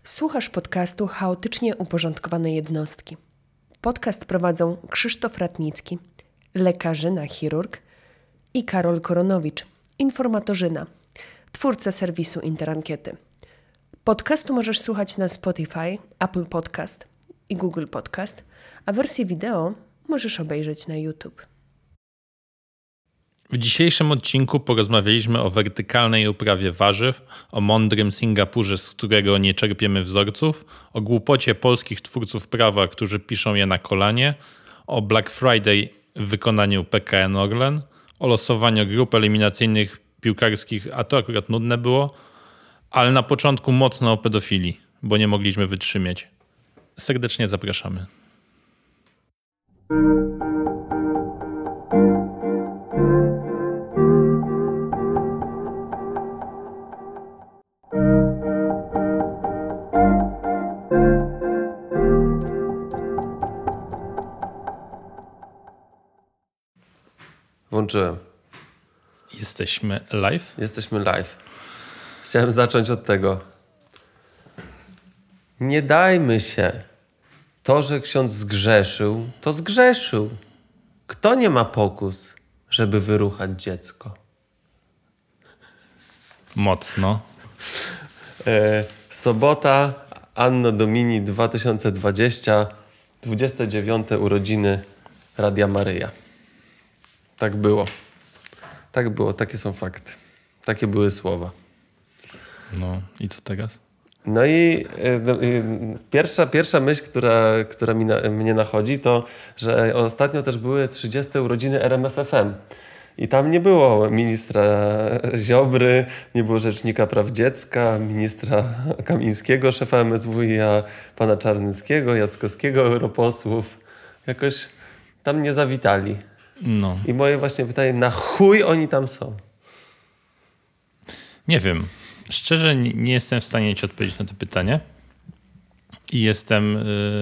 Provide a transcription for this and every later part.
Słuchasz podcastu Chaotycznie uporządkowane jednostki. Podcast prowadzą Krzysztof Ratnicki, lekarzyna, chirurg i Karol Koronowicz, informatorzyna, twórca serwisu Interankiety. Podcastu możesz słuchać na Spotify, Apple Podcast i Google Podcast, a wersję wideo możesz obejrzeć na YouTube. W dzisiejszym odcinku porozmawialiśmy o wertykalnej uprawie warzyw, o mądrym Singapurze, z którego nie czerpiemy wzorców, o głupocie polskich twórców prawa, którzy piszą je na kolanie, o Black Friday w wykonaniu PKN Orlen, o losowaniu grup eliminacyjnych piłkarskich, a to akurat nudne było, ale na początku mocno o pedofilii, bo nie mogliśmy wytrzymać. Serdecznie zapraszamy. Włączyłem. Jesteśmy live? Jesteśmy live. Chciałem zacząć od tego. Nie dajmy się. To, że ksiądz zgrzeszył, to zgrzeszył. Kto nie ma pokus, żeby wyruchać dziecko? Mocno. Sobota, Anno Domini 2020, 29 urodziny Radia Maryja. Tak było. Tak było, takie są fakty. Takie były słowa. No i co teraz? No i pierwsza myśl, która mnie nachodzi, to, że ostatnio też były 30 urodziny RMFFM. I tam nie było ministra Ziobry, nie było rzecznika praw dziecka, ministra Kamińskiego, szefa MSWiA, pana Czarnyckiego, Jackowskiego, europosłów. Jakoś tam nie zawitali. No. I moje właśnie pytanie, na chuj oni tam są? Nie wiem. Szczerze nie jestem w stanie ci odpowiedzieć na to pytanie. I jestem...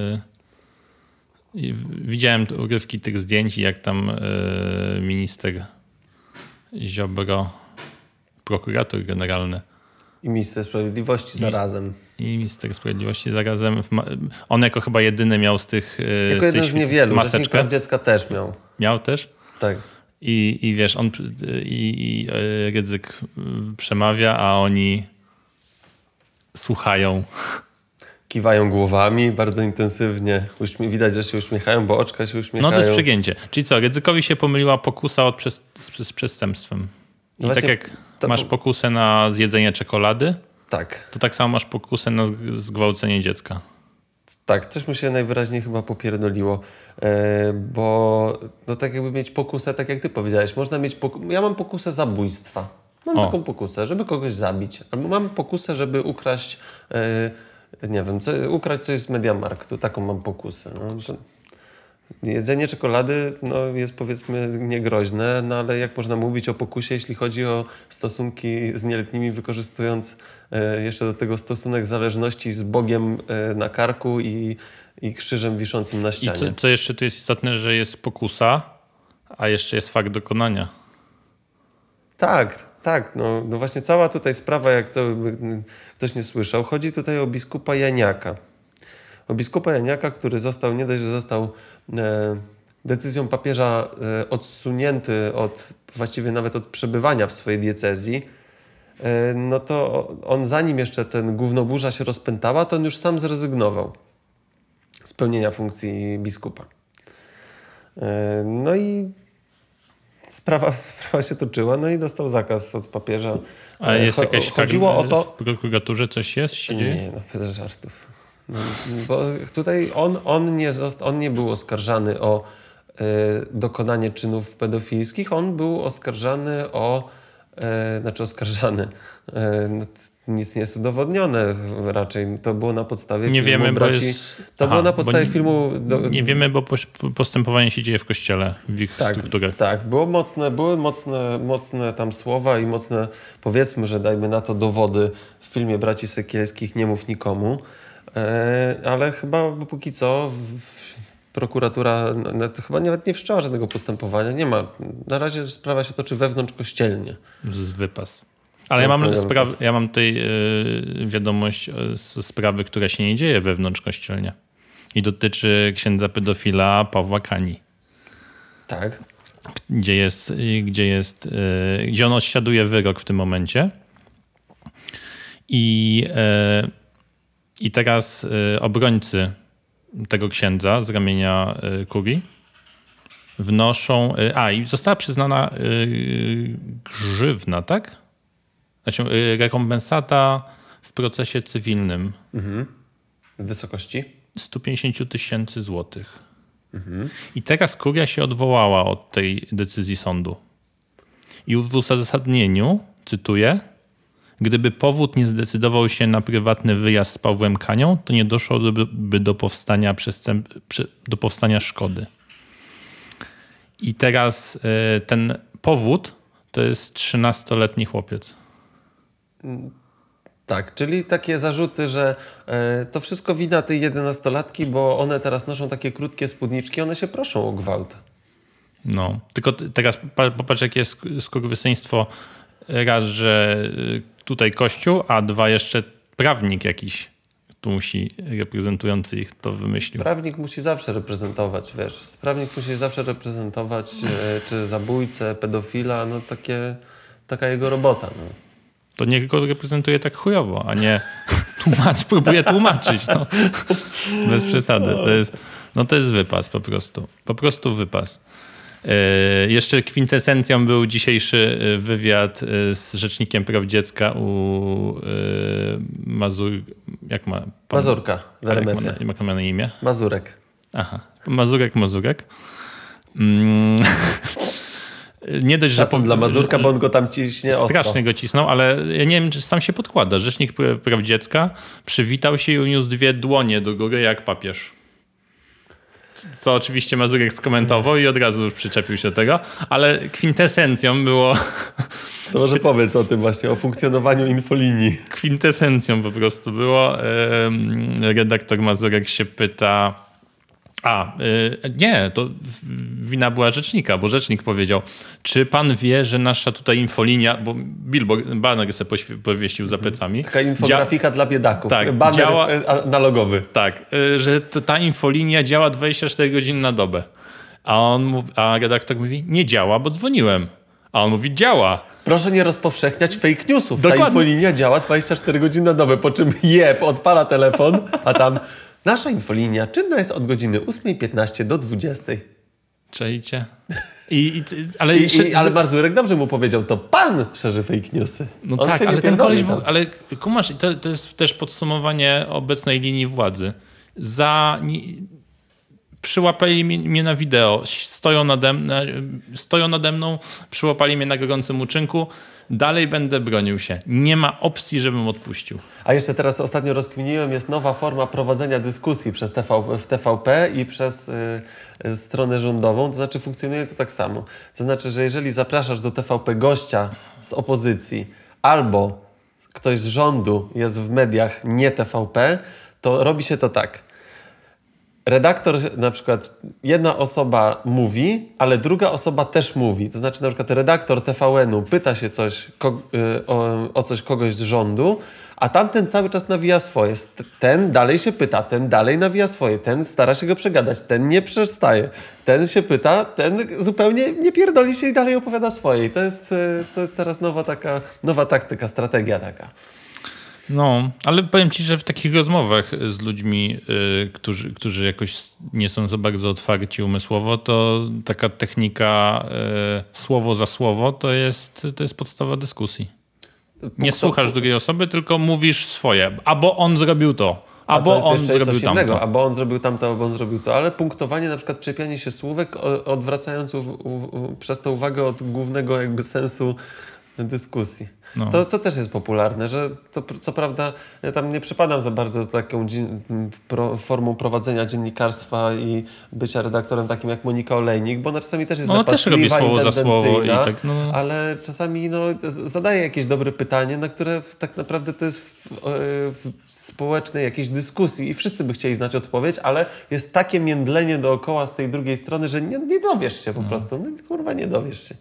widziałem urywki tych zdjęć, jak tam minister Ziobro, prokurator generalny I minister sprawiedliwości zarazem. I minister sprawiedliwości zarazem. On jako chyba jedyny miał z tych jako jeden z niewielu. Maseczkę. Rzecznik praw dziecka też miał. Miał też? Tak. I wiesz, on Rydzyk przemawia, a oni słuchają. Kiwają głowami bardzo intensywnie. Widać, że się uśmiechają, bo oczka się uśmiechają. No to jest przegięcie. Czyli co, Rydzykowi się pomyliła pokusa z przestępstwem. I no tak jak masz pokusę na zjedzenie czekolady, tak, to tak samo masz pokusę na zgwałcenie dziecka. Tak, coś mu się najwyraźniej chyba popierdoliło, bo no tak jakby mieć pokusę, tak jak ty powiedziałeś, można mieć ja mam pokusę zabójstwa. Mam taką pokusę, żeby kogoś zabić. Albo mam pokusę, żeby ukraść, nie wiem, ukraść coś z Mediamarktu. Taką mam pokusę. No, jedzenie czekolady jest powiedzmy niegroźne, no ale jak można mówić o pokusie, jeśli chodzi o stosunki z nieletnimi, wykorzystując jeszcze do tego stosunek zależności z Bogiem na karku i krzyżem wiszącym na ścianie. I co jeszcze tu jest istotne, że jest pokusa, a jeszcze jest fakt dokonania. Tak. No właśnie cała tutaj sprawa, jak to ktoś nie słyszał, chodzi tutaj o biskupa Janiaka. O biskupa Janiaka, który został, nie dość, że został decyzją papieża odsunięty właściwie nawet od przebywania w swojej diecezji, no to on zanim jeszcze ten gównoburza się rozpętała, to on już sam zrezygnował z pełnienia funkcji biskupa. No i sprawa się toczyła, no i dostał zakaz od papieża. A jest jakaś chodziło o to... w prokuraturze coś jest? Się dzieje? Nie, bez żartów. Bo tutaj on nie był oskarżany o dokonanie czynów pedofilskich, on był oskarżany nic nie jest udowodnione raczej. To było na podstawie nie filmu wiemy, braci. Było na podstawie filmu. Nie wiemy, bo postępowanie się dzieje w kościele, w ich strukturach. Tak, były mocne tam słowa i mocne, powiedzmy, że dajmy na to dowody w filmie braci Sekielskich Nie mów nikomu. Ale chyba póki co prokuratura chyba nawet nie wszczęła żadnego postępowania. Nie ma. Na razie sprawa się toczy wewnątrz kościelnie. Z wypas. Ale ja mam tutaj wiadomość z sprawy, która się nie dzieje wewnątrz kościelnie. I dotyczy księdza pedofila Pawła Kani. Tak. Gdzie on odsiaduje wyrok w tym momencie. I teraz obrońcy tego księdza z ramienia kurii wnoszą... i została przyznana grzywna, tak? Znaczy rekompensata w procesie cywilnym. Mhm. W wysokości? 150 000 złotych. I teraz kuria się odwołała od tej decyzji sądu. I w uzasadnieniu, cytuję, gdyby powód nie zdecydował się na prywatny wyjazd z Pawłem Kanią, to nie doszłoby do powstania szkody. I teraz ten powód to jest 13-letni chłopiec. Tak, czyli takie zarzuty, że to wszystko wina tej 11-latki, bo one teraz noszą takie krótkie spódniczki, one się proszą o gwałt. No, tylko teraz popatrz, jakie jest skurwysyństwo. Raz, że tutaj Kościół, a dwa jeszcze prawnik jakiś tu musi, reprezentujący ich, to wymyślił. Prawnik musi zawsze reprezentować, wiesz. Prawnik musi zawsze reprezentować czy zabójcę, pedofila, no taka jego robota. No. To niech go reprezentuje tak chujowo, a nie próbuje tłumaczyć. No. Bez przesady. To jest wypas po prostu. Po prostu wypas. Jeszcze kwintesencją był dzisiejszy wywiad z Rzecznikiem Praw Dziecka u Mazurka w RMF-ie. Jak ma na imię? Mazurek. Aha. Mazurek. Nie dość, że dla Mazurka, bo on go tam ciśnie ostro. Strasznie go cisnął, ale ja nie wiem, czy tam się podkłada. Rzecznik Praw Dziecka przywitał się i uniósł 2 dłonie do góry jak papież. Co oczywiście Mazurek skomentował i od razu już przyczepił się do tego, ale kwintesencją było... To może powiedz o tym właśnie, o funkcjonowaniu infolinii. Kwintesencją po prostu było. Redaktor Mazurek się pyta... nie, to wina była rzecznika, bo rzecznik powiedział, czy pan wie, że nasza tutaj infolinia, bo baner sobie powiesił za plecami. Taka infografika dla biedaków. Tak, baner analogowy. Tak, że ta infolinia działa 24 godziny na dobę. A redaktor mówi, nie działa, bo dzwoniłem. A on mówi, działa. Proszę nie rozpowszechniać fake newsów. Dokładnie. Ta infolinia działa 24 godziny na dobę, po czym odpala telefon, a tam... Nasza infolinia czynna jest od godziny 8:15 do 20:00. Czajcie? Ale Mazurek dobrze mu powiedział, to pan szerzy fake newsy. No on tak, ale ten koleś... Ale kumasz, to jest też podsumowanie obecnej linii władzy. Przyłapali mnie na wideo, stoją nade mną, przyłapali mnie na gorącym uczynku, dalej będę bronił się. Nie ma opcji, żebym odpuścił. A jeszcze teraz ostatnio rozkminiłem, jest nowa forma prowadzenia dyskusji w TVP i przez stronę rządową, to znaczy funkcjonuje to tak samo. To znaczy, że jeżeli zapraszasz do TVP gościa z opozycji albo ktoś z rządu jest w mediach nie TVP, to robi się to tak. Redaktor, na przykład jedna osoba mówi, ale druga osoba też mówi. To znaczy na przykład redaktor TVN-u pyta się o coś kogoś z rządu, a tamten cały czas nawija swoje. Ten dalej się pyta, ten dalej nawija swoje, ten stara się go przegadać, ten nie przestaje. Ten się pyta, ten zupełnie nie pierdoli się i dalej opowiada swoje. I to jest teraz nowa taktyka, strategia taka. No, ale powiem ci, że w takich rozmowach z ludźmi, którzy jakoś nie są za bardzo otwarci umysłowo, to taka technika słowo za słowo to jest podstawa dyskusji. Nie słuchasz drugiej osoby, tylko mówisz swoje. Albo on zrobił to, albo on zrobił tamto. Albo on zrobił tamto, albo on zrobił to. Ale punktowanie, na przykład czepianie się słówek, odwracając przez to uwagę od głównego jakby sensu dyskusji. No. To też jest popularne, że to, co prawda ja tam nie przypadam za bardzo taką formą prowadzenia dziennikarstwa i bycia redaktorem takim jak Monika Olejnik, bo ona czasami też jest napastliwa i tendencyjna, ale czasami zadaje jakieś dobre pytanie, na które tak naprawdę to jest w społecznej jakiejś dyskusji i wszyscy by chcieli znać odpowiedź, ale jest takie międlenie dookoła z tej drugiej strony, że nie dowiesz się po prostu. No, kurwa, nie dowiesz się.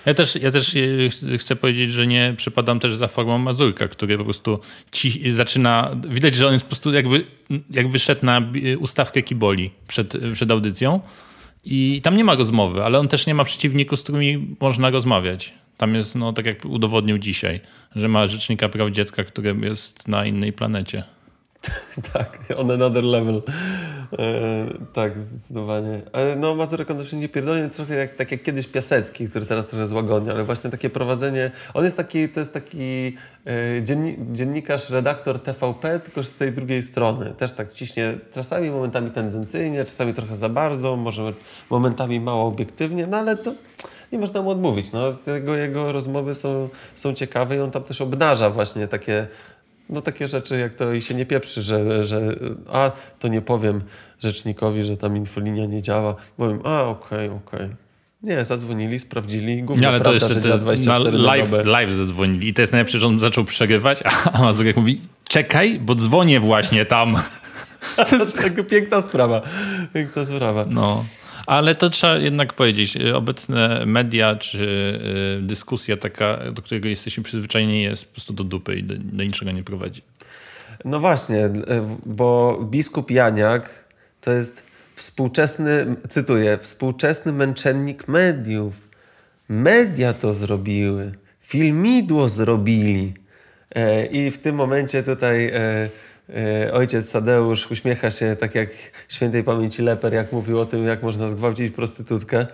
Ja też chcę powiedzieć, że nie przepadam też za formą Mazurka, który po prostu zaczyna... Widać, że on jest po prostu jakby szedł na ustawkę kiboli przed audycją i tam nie ma rozmowy, ale on też nie ma przeciwników, z którymi można rozmawiać. Tam jest, no tak jak udowodnił dzisiaj, że ma rzecznika praw dziecka, który jest na innej planecie. Tak, on another level. Tak, zdecydowanie. Ale no Mazurek on też nie pierdolnie, trochę tak jak kiedyś Piasecki, który teraz trochę złagodnia, ale właśnie takie prowadzenie, on jest taki, to jest taki dziennikarz, redaktor TVP, tylko z tej drugiej strony. Też tak ciśnie, czasami momentami tendencyjnie, czasami trochę za bardzo, może momentami mało obiektywnie, no ale to nie można mu odmówić. No, jego rozmowy są ciekawe i on tam też obnaża właśnie takie rzeczy, jak to i się nie pieprzy, że to nie powiem rzecznikowi, że tam infolinia nie działa. Powiem, okej. Nie, zadzwonili, sprawdzili. Gówno ale prawda, to jeszcze że działa 24 live zadzwonili. I to jest najlepsze, że on zaczął przerywać, a Mazurek mówi, czekaj, bo dzwonię właśnie tam. To piękna sprawa. No. Ale to trzeba jednak powiedzieć, obecne media czy dyskusja taka, do którego jesteśmy przyzwyczajeni, jest po prostu do dupy i do niczego nie prowadzi. No właśnie, bo biskup Janiak to jest współczesny męczennik mediów. Media to zrobiły. Filmidło zrobili. I w tym momencie tutaj... ojciec Tadeusz uśmiecha się tak jak świętej pamięci Leper, jak mówił o tym, jak można zgwałcić prostytutkę.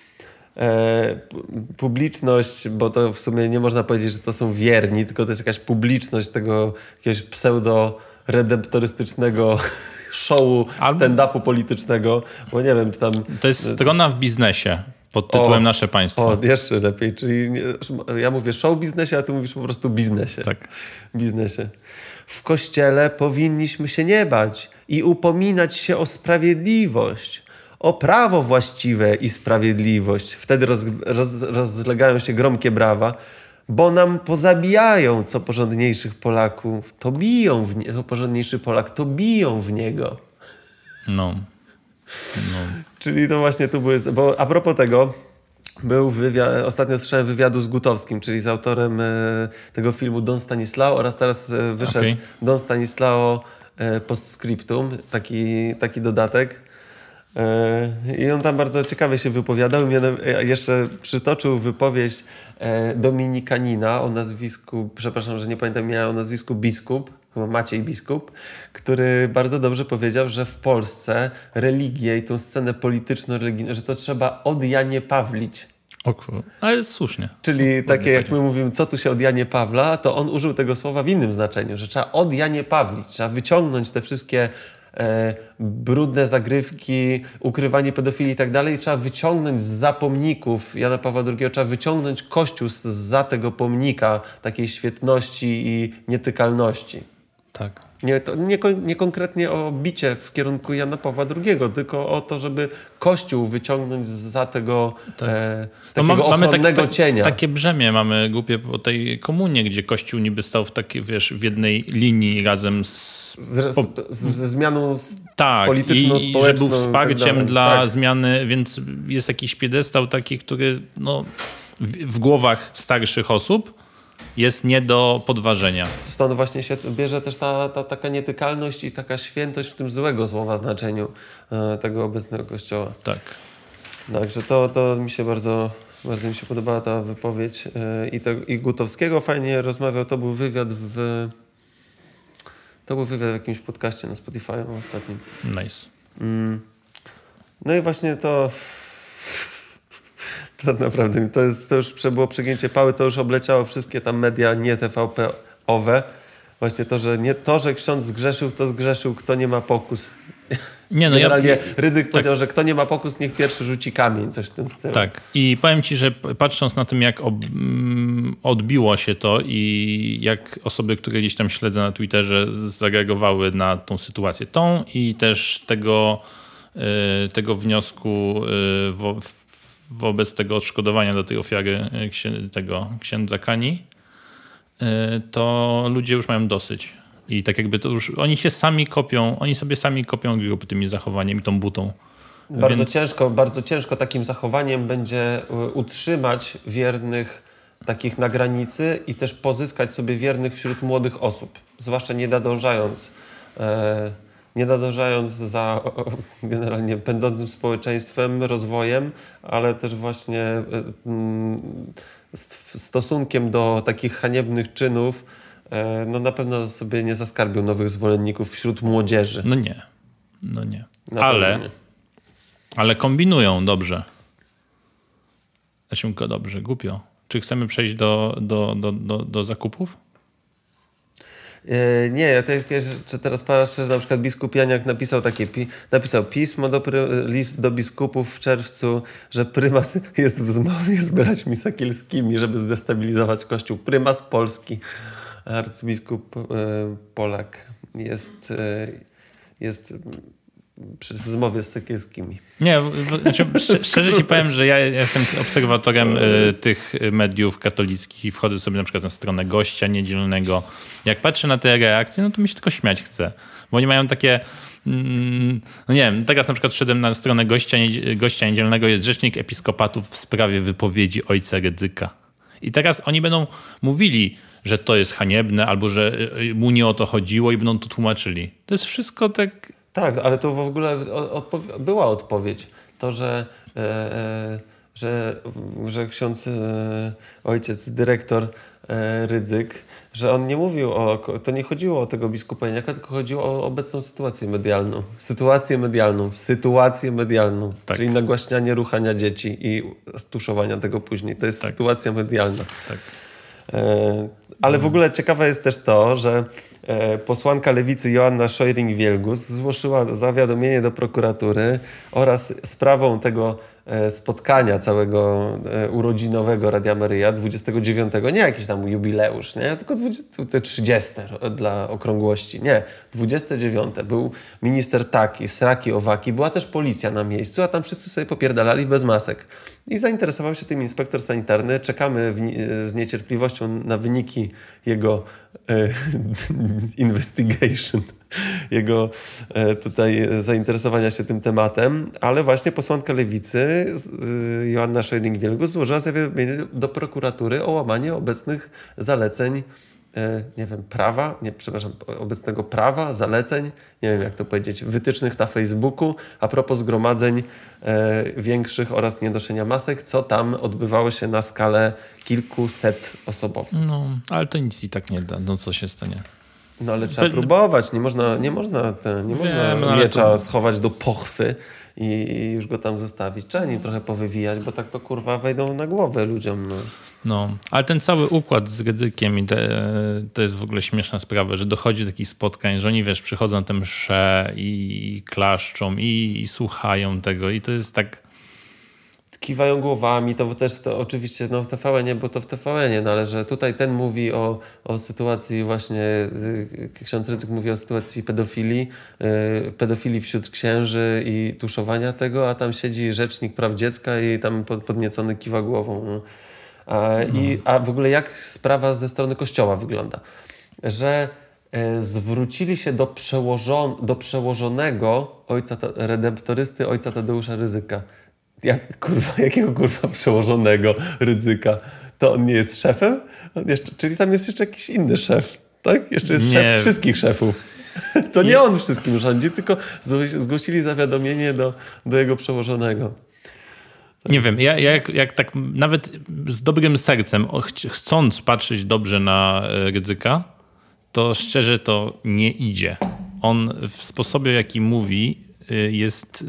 Publiczność, bo to w sumie nie można powiedzieć, że to są wierni, tylko to jest jakaś publiczność tego jakiegoś pseudo-redemptorystycznego showu stand-upu politycznego, bo nie wiem, czy tam... To jest strona w biznesie pod tytułem Nasze Państwo. Jeszcze lepiej, czyli ja mówię show biznesie, a ty mówisz po prostu biznesie. Tak. Biznesie. W Kościele powinniśmy się nie bać i upominać się o sprawiedliwość, o prawo właściwe i sprawiedliwość. Wtedy rozlegają się gromkie brawa, bo nam pozabijają co porządniejszych Polaków, to biją co porządniejszy Polak, to biją w niego. No. Czyli to właśnie tu były... Bo a propos tego, był wywiad, ostatnio słyszałem wywiadu z Gutowskim, czyli z autorem tego filmu Don Stanislao, oraz teraz wyszedł Don Stanislao Postscriptum, taki dodatek. I on tam bardzo ciekawie się wypowiadał. Jeszcze przytoczył wypowiedź dominikanina o nazwisku, przepraszam, że nie pamiętam, miał o nazwisku Biskup, chyba Maciej Biskup, który bardzo dobrze powiedział, że w Polsce religię i tą scenę polityczno-religijną, że to trzeba odjaniepawlić. Ale słusznie. Czyli takie jak my mówimy, co tu się od Janie Pawla, to on użył tego słowa w innym znaczeniu, że trzeba odjaniepawlić, trzeba wyciągnąć te wszystkie brudne zagrywki, ukrywanie pedofilii i tak dalej. Trzeba wyciągnąć zza pomników Jana Pawła II, trzeba wyciągnąć Kościół zza tego pomnika takiej świetności i nietykalności. Tak. Nie konkretnie o bicie w kierunku Jana Pawła II, tylko o to, żeby Kościół wyciągnąć zza tego takiego ochronnego cienia. Takie brzemię mamy głupie po tej komunie, gdzie Kościół niby stał w jednej linii razem ze zmianą polityczną, społeczną. Tak, i że był wsparciem dla zmiany, więc jest jakiś piedestał taki, który w głowach starszych osób jest nie do podważenia. Stąd właśnie się bierze też ta taka nietykalność i taka świętość w tym złego słowa znaczeniu tego obecnego Kościoła. Tak. Także to mi się bardzo mi się podobała ta wypowiedź i Gutowskiego fajnie rozmawiał. To był wywiad w jakimś podcaście na Spotify ostatnim. Nice. No i właśnie to naprawdę, to już było przegięcie pały, to już obleciało wszystkie tam media nie TVP-owe. Właśnie to, że ksiądz zgrzeszył, to zgrzeszył, kto nie ma pokus. Generalnie Rydzyk powiedział, że kto nie ma pokus, niech pierwszy rzuci kamień, coś w tym stylu. Tak. I powiem ci, że patrząc na tym, jak odbiło się to i jak osoby, które gdzieś tam śledzę na Twitterze, zareagowały na tą sytuację i też tego wniosku wobec tego odszkodowania dla tej ofiary tego księdza Kani, to ludzie już mają dosyć. I tak jakby to już oni sobie sami kopią grób tymi zachowaniami, tą butą. Bardzo ciężko takim zachowaniem będzie utrzymać wiernych takich na granicy i też pozyskać sobie wiernych wśród młodych osób, zwłaszcza nie nadążając za generalnie pędzącym społeczeństwem, rozwojem, ale też właśnie stosunkiem do takich haniebnych czynów, no na pewno sobie nie zaskarbią nowych zwolenników wśród młodzieży. No nie. Ale kombinują dobrze. Znaczy dobrze, głupio. Czy chcemy przejść do zakupów? Nie, ja czy teraz patrzę, że na przykład biskup Janiak napisał list do biskupów w czerwcu, że prymas jest w zmowie z braćmi Sekielskimi, żeby zdestabilizować Kościół. Prymas Polski, arcybiskup Polak jest w zmowie z Sekielskimi. Nie, znaczy, szczerze ci powiem, że ja jestem obserwatorem tych mediów katolickich i wchodzę sobie na przykład na stronę Gościa Niedzielnego. Jak patrzę na te reakcje, no to mi się tylko śmiać chce. Bo oni mają takie... No nie wiem, teraz na przykład wszedłem na stronę Gościa Niedzielnego, jest rzecznik episkopatów w sprawie wypowiedzi ojca Rydzyka. I teraz oni będą mówili, że to jest haniebne, albo że mu nie o to chodziło i będą to tłumaczyli. To jest wszystko tak... Tak, ale to w ogóle była odpowiedź. To, że ksiądz ojciec dyrektor Rydzyk, że on nie mówił to nie chodziło o tego biskupa Janiaka, tylko chodziło o obecną sytuację medialną, tak. Czyli nagłaśnianie ruchania dzieci i stuszowania tego później. To jest sytuacja medialna. Tak. Ale w ogóle ciekawe jest też to, że posłanka Lewicy Joanna Scheuring-Wielgus złożyła zawiadomienie do prokuratury oraz sprawą tego spotkania całego urodzinowego Radia Maryja 29, nie jakiś tam jubileusz, nie? Tylko 30 dla okrągłości, nie, 29. Był minister taki, sraki, owaki, była też policja na miejscu, a tam wszyscy sobie popierdalali bez masek. I zainteresował się tym inspektor sanitarny. Czekamy z niecierpliwością na wyniki jego investigation, jego tutaj zainteresowania się tym tematem, ale właśnie posłanka Lewicy Joanna Scheuring-Wielgus złożyła zawiadomienie do prokuratury o łamanie obecnych zaleceń, obecnego prawa, zaleceń, nie wiem jak to powiedzieć, wytycznych na Facebooku a propos zgromadzeń większych oraz nienoszenia masek, co tam odbywało się na skalę kilkuset osobową. No, ale to nic i tak nie da. No co się stanie? No ale trzeba próbować. Nie można miecza schować do pochwy i już go tam zostawić. Trzeba nim trochę powywijać, bo tak to kurwa wejdą na głowę ludziom. No, ale ten cały układ z Rydzykiem to jest w ogóle śmieszna sprawa, że dochodzi do takich spotkań, że oni przychodzą na te msze i klaszczą i słuchają tego i to jest tak... Kiwają głowami, to oczywiście w TVN-ie, bo to w TVN-ie, no ale że tutaj ten mówi o sytuacji właśnie, ksiądz Rydzyk mówi o sytuacji pedofilii wśród księży i tuszowania tego, a tam siedzi rzecznik praw dziecka i tam podniecony kiwa głową. A w ogóle jak sprawa ze strony Kościoła wygląda? Że zwrócili się do przełożonego redemptorysty ojca Tadeusza Rydzyka. Jakiego przełożonego Rydzyka? To on nie jest szefem? Czyli tam jest jeszcze jakiś inny szef, tak? Jeszcze jest szef wszystkich szefów. To nie on wszystkim rządzi, tylko zgłosili zawiadomienie do jego przełożonego. Nie wiem, ja jak tak nawet z dobrym sercem, chcąc patrzeć dobrze na Rydzyka, to szczerze to nie idzie. On w sposobie, jaki mówi, jest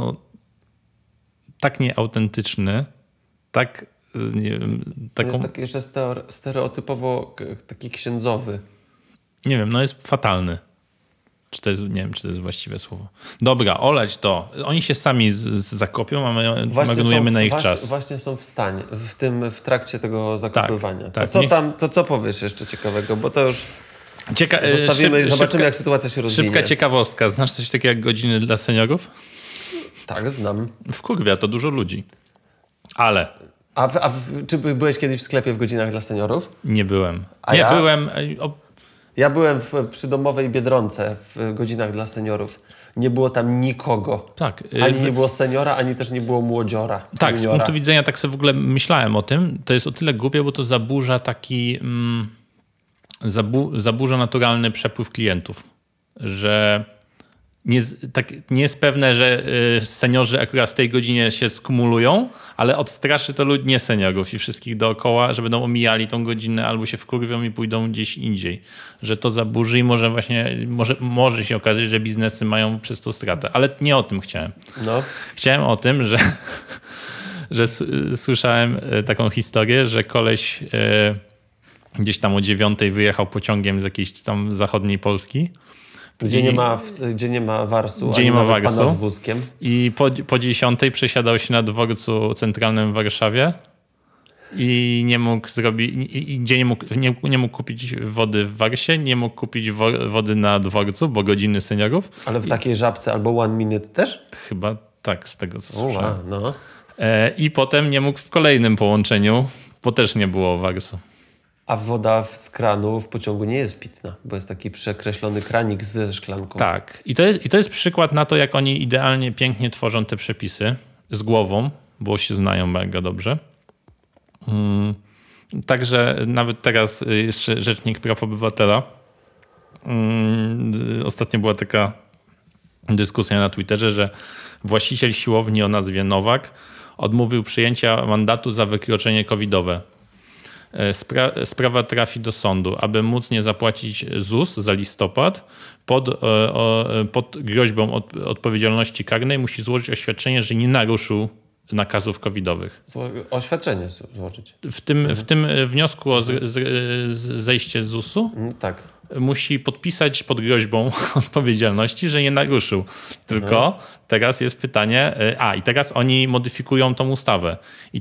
tak nieautentyczny, tak nie wiem, taką... Jest taki jeszcze stereotypowo taki księdzowy. Nie wiem, jest fatalny. Nie wiem, czy to jest właściwe słowo. Dobra, olać to. Oni się sami zakopią, a my marnujemy na ich czas. Właśnie są w stanie, w trakcie tego zakopywania. Tak, to co powiesz jeszcze ciekawego? Bo to już zostawimy i zobaczymy, jak sytuacja się rozwinie. Szybka ciekawostka. Znasz coś takiego jak godziny dla seniorów? Tak, znam. Wkurwia to dużo ludzi. Ale... Czy byłeś kiedyś w sklepie w godzinach dla seniorów? Nie byłem. Ja? Byłem... Ja byłem w przydomowej Biedronce w godzinach dla seniorów. Nie było tam nikogo. Tak. Ani nie było seniora, ani też nie było młodziora. Tak, juniora. z punktu widzenia tak sobie w ogóle myślałem o tym. To jest o tyle głupie, bo to zaburza taki... zaburza naturalny przepływ klientów. Że nie jest pewne, że seniorzy akurat w tej godzinie się skumulują, ale odstraszy to ludzi, nie seniorów i wszystkich dookoła, że będą omijali tą godzinę albo się wkurwią i pójdą gdzieś indziej. Że to zaburzy i może się okazać, że biznesy mają przez to stratę. Ale nie o tym chciałem. No. Chciałem o tym, że słyszałem taką historię, że koleś gdzieś tam o 9:00 wyjechał pociągiem z jakiejś tam zachodniej Polski. Gdzie nie ma warsu, gdzie nie ma warsu. Pana z wózkiem. I po 10:00 przesiadał się na dworcu centralnym w Warszawie i nie mógł nie mógł kupić wody w Warsie, nie mógł kupić wody na dworcu, bo godziny seniorów. Ale w takiej żabce albo One Minute też? Chyba tak, z tego co słyszałem. No. I potem nie mógł w kolejnym połączeniu, bo też nie było warsu. A woda z kranu w pociągu nie jest pitna, bo jest taki przekreślony kranik ze szklanką. Tak. I to jest przykład na to, jak oni idealnie, pięknie tworzą te przepisy z głową, bo się znają mega dobrze. Także nawet teraz jeszcze Rzecznik Praw Obywatela. Ostatnio była taka dyskusja na Twitterze, że właściciel siłowni o nazwie Nowak odmówił przyjęcia mandatu za wykroczenie covidowe. Sprawa trafi do sądu. Aby móc nie zapłacić ZUS za listopad, pod groźbą odpowiedzialności karnej musi złożyć oświadczenie, że nie naruszył nakazów covidowych. Oświadczenie złożyć. W tym wniosku o zejście z ZUS-u tak. Musi podpisać pod groźbą odpowiedzialności, że nie naruszył. Tylko teraz jest pytanie, i teraz oni modyfikują tą ustawę i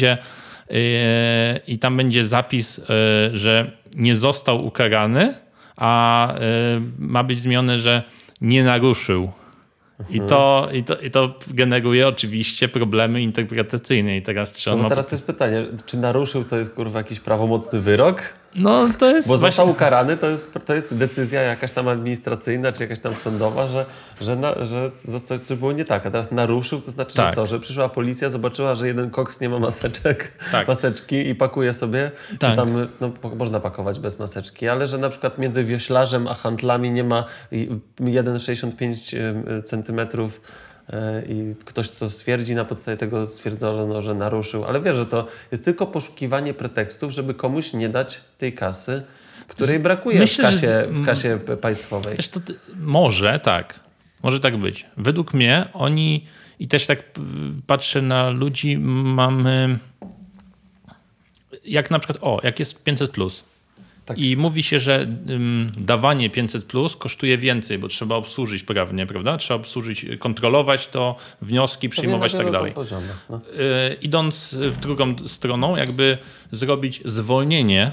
tam będzie zapis, że nie został ukarany, a ma być zmienione, że nie naruszył. I to generuje oczywiście problemy interpretacyjne. I teraz, czy on teraz jest pytanie, czy naruszył to jest jakiś prawomocny wyrok? No, to jest bo został ukarany, to jest decyzja jakaś tam administracyjna, czy jakaś tam sądowa, że coś było nie tak. A teraz naruszył, to znaczy, że co? Że przyszła policja, zobaczyła, że jeden koks nie ma maseczki i pakuje sobie. Tak. Czy tam, można pakować bez maseczki, ale że na przykład między wioślarzem a handlami nie ma 1,65 centymetrów i ktoś co stwierdzi, na podstawie tego stwierdzono, że naruszył. Ale wiesz, że to jest tylko poszukiwanie pretekstów, żeby komuś nie dać tej kasy, której brakuje w kasie państwowej. Wiesz, może tak być. Według mnie oni, i też tak patrzę na ludzi, mamy jak na przykład, jak jest 500+. Tak. I mówi się, że dawanie 500+ kosztuje więcej, bo trzeba obsłużyć prawnie, prawda? Trzeba obsłużyć, kontrolować to, wnioski przyjmować i tak dalej. Idąc w drugą stroną, jakby zrobić zwolnienie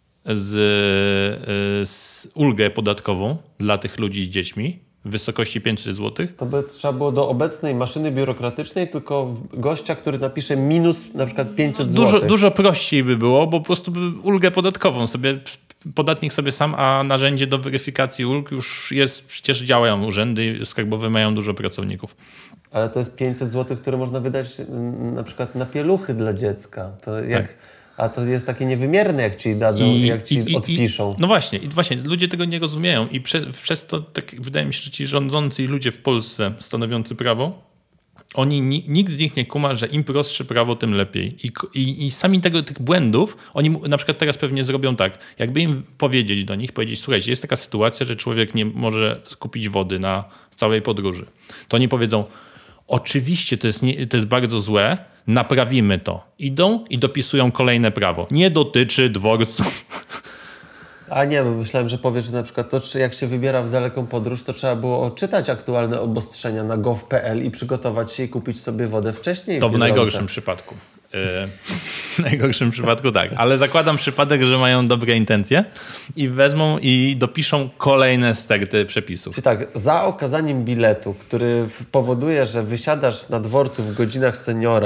z ulgę podatkową dla tych ludzi z dziećmi w wysokości 500 zł. To by trzeba było do obecnej maszyny biurokratycznej, tylko gościa, który napisze minus na przykład 500 zł. Dużo prościej by było, bo po prostu by ulgę podatkową sobie podatnik sobie sam, a narzędzie do weryfikacji ulg już jest, przecież działają urzędy skarbowe, mają dużo pracowników. Ale to jest 500 zł, które można wydać na przykład na pieluchy dla dziecka. To jak... Tak. A to jest takie niewymierne, jak ci dadzą, jak ci odpiszą. No właśnie, ludzie tego nie rozumieją i przez to tak wydaje mi się, że ci rządzący i ludzie w Polsce stanowiący prawo, nikt z nich nie kuma, że im prostsze prawo, tym lepiej. I sami tych błędów, oni na przykład teraz pewnie zrobią tak, jakby im powiedzieć, słuchajcie, jest taka sytuacja, że człowiek nie może kupić wody na całej podróży. To oni powiedzą, oczywiście to jest bardzo złe, naprawimy to. Idą i dopisują kolejne prawo. Nie dotyczy dworców. A nie, bo myślałem, że powiesz, że na przykład to, jak się wybiera w daleką podróż, to trzeba było odczytać aktualne obostrzenia na gov.pl i przygotować się i kupić sobie wodę wcześniej. To w najgorszym przypadku. W najgorszym przypadku tak. Ale zakładam przypadek, że mają dobre intencje i wezmą i dopiszą kolejne sterty przepisów. Czyli tak, za okazaniem biletu, który powoduje, że wysiadasz na dworcu w godzinach seniora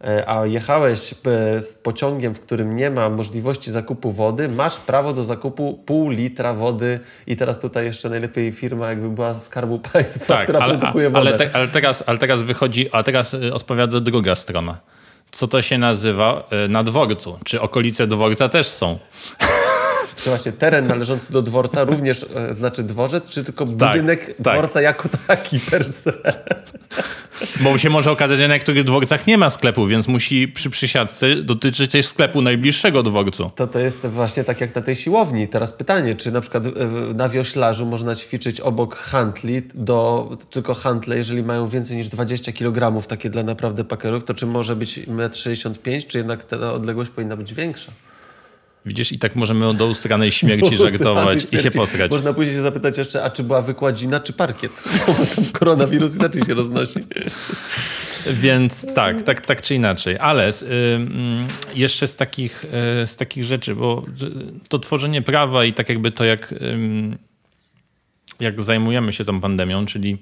a jechałeś z pociągiem, w którym nie ma możliwości zakupu wody, masz prawo do zakupu pół litra wody i teraz tutaj jeszcze najlepiej firma jakby była Skarbu Państwa, która produkuje wodę. Ale teraz wychodzi, teraz odpowiada druga strona. Co to się nazywa na dworcu? Czy okolice dworca też są? Czy właśnie teren należący do dworca również znaczy dworzec, czy tylko budynek dworca jako taki per se? Bo się może okazać, że na niektórych dworcach nie ma sklepu, więc musi przy przysiadce dotyczyć też sklepu najbliższego dworcu. To jest właśnie tak jak na tej siłowni. Teraz pytanie, czy na przykład na wioślarzu można ćwiczyć obok handli, tylko handle, jeżeli mają więcej niż 20 kg, takie dla naprawdę pakerów, to czy może być 1,65 m, czy jednak ta odległość powinna być większa? Widzisz, i tak możemy do ustranej śmierci żartować i się posrać. Można później się zapytać jeszcze, a czy była wykładzina, czy parkiet? Bo tam koronawirus inaczej się roznosi. Więc tak czy inaczej. Ale jeszcze z takich rzeczy, bo to tworzenie prawa i tak jakby to, jak zajmujemy się tą pandemią, czyli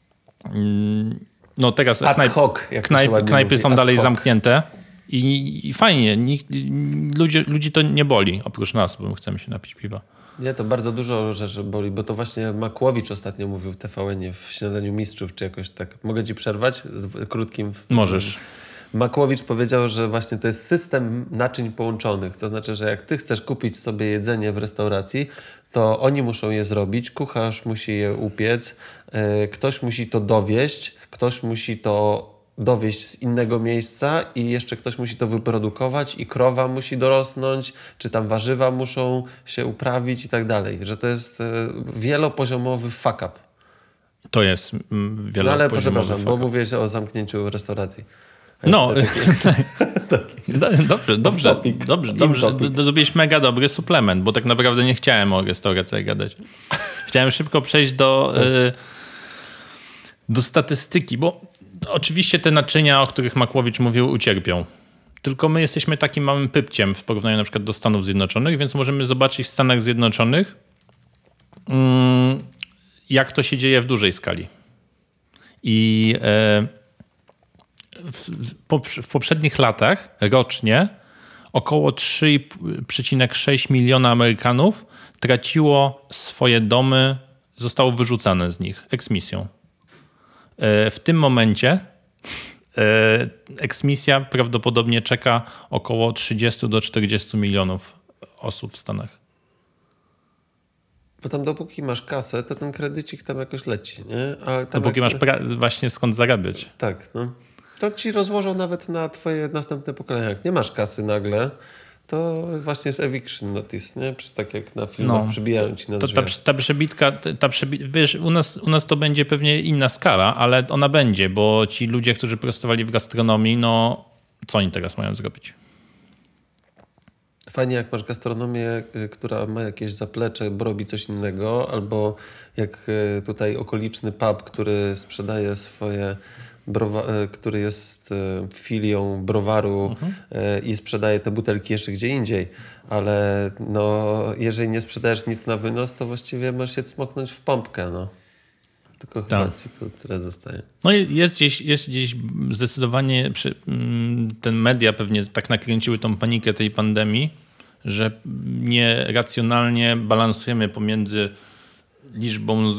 no teraz ad hoc, jak knajpy są dalej zamknięte. I fajnie, ludzi to nie boli, oprócz nas, bo chcemy się napić piwa. Nie, to bardzo dużo rzeczy boli, bo to właśnie Makłowicz ostatnio mówił w TVN-ie w Śniadaniu Mistrzów, czy jakoś tak. Mogę ci przerwać z krótkim? Możesz. Makłowicz powiedział, że właśnie to jest system naczyń połączonych. To znaczy, że jak ty chcesz kupić sobie jedzenie w restauracji, to oni muszą je zrobić, kucharz musi je upiec, ktoś musi to dowieźć, ktoś musi to dowieźć z innego miejsca i jeszcze ktoś musi to wyprodukować i krowa musi dorosnąć, czy tam warzywa muszą się uprawić i tak dalej. Że to jest wielopoziomowy fuck up. To jest wielopoziomowy ale przepraszam, bo mówię o zamknięciu restauracji. No, dobrze. Zrobiłeś mega dobry suplement, bo tak naprawdę nie chciałem o restauracjach gadać. Chciałem szybko przejść do statystyki, bo oczywiście te naczynia, o których Makłowicz mówił, ucierpią. Tylko my jesteśmy takim małym pypciem w porównaniu na przykład do Stanów Zjednoczonych, więc możemy zobaczyć w Stanach Zjednoczonych, jak to się dzieje w dużej skali. I w poprzednich latach rocznie około 3,6 miliona Amerykanów traciło swoje domy, zostało wyrzucane z nich eksmisją. W tym momencie eksmisja prawdopodobnie czeka około 30 do 40 milionów osób w Stanach. Bo tam dopóki masz kasę, to ten kredycik tam jakoś leci, nie? Ale tam dopóki masz właśnie skąd zarabiać. Tak, no. To ci rozłożą nawet na twoje następne pokolenia. Jak nie masz kasy nagle, to właśnie jest eviction notice, nie? Tak jak na filmach przybijają ci na drzwiach. Ta przebitka, wiesz, u nas to będzie pewnie inna skala, ale ona będzie, bo ci ludzie, którzy pracowali w gastronomii, no co oni teraz mają zrobić? Fajnie, jak masz gastronomię, która ma jakieś zaplecze, robi coś innego, albo jak tutaj okoliczny pub, który sprzedaje swoje który jest filią browaru i sprzedaje te butelki jeszcze gdzie indziej, ale no, jeżeli nie sprzedajesz nic na wynos, to właściwie możesz się cmoknąć w pompkę, no. Tylko chyba ci tu tyle zostaje. No jest gdzieś zdecydowanie ten media pewnie tak nakręciły tą panikę tej pandemii, że nieracjonalnie balansujemy pomiędzy liczbą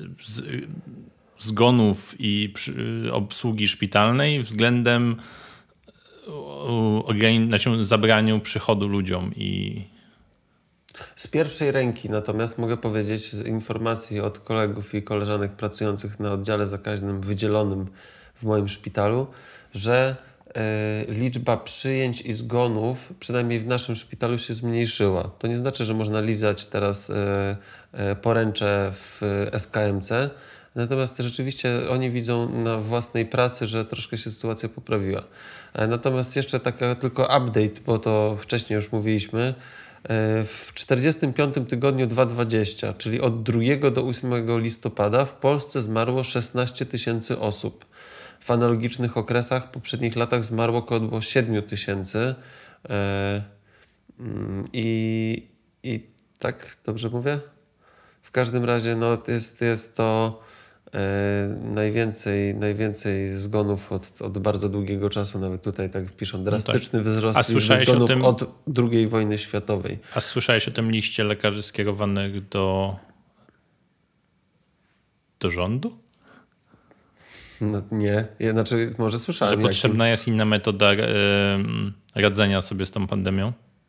zgonów i obsługi szpitalnej względem zabraniu przychodu ludziom. Z pierwszej ręki natomiast mogę powiedzieć z informacji od kolegów i koleżanek pracujących na oddziale zakaźnym wydzielonym w moim szpitalu, że liczba przyjęć i zgonów, przynajmniej w naszym szpitalu, się zmniejszyła. To nie znaczy, że można lizać teraz poręcze w SKMC, natomiast rzeczywiście oni widzą na własnej pracy, że troszkę się sytuacja poprawiła. Natomiast jeszcze taka tylko update, bo to wcześniej już mówiliśmy, w 45. tygodniu 2020, czyli od 2 do 8 listopada w Polsce zmarło 16 000 osób. W analogicznych okresach w poprzednich latach zmarło około 7 000. I tak dobrze mówię? W każdym razie no, jest to najwięcej zgonów od bardzo długiego czasu. Nawet tutaj tak piszą. Drastyczny wzrost liczby zgonów od II wojny światowej. A słyszałeś o tym liście lekarzy skierowanych do rządu? No, nie. Znaczy, może słyszałem. Że potrzebna jest inna metoda radzenia sobie z tą pandemią?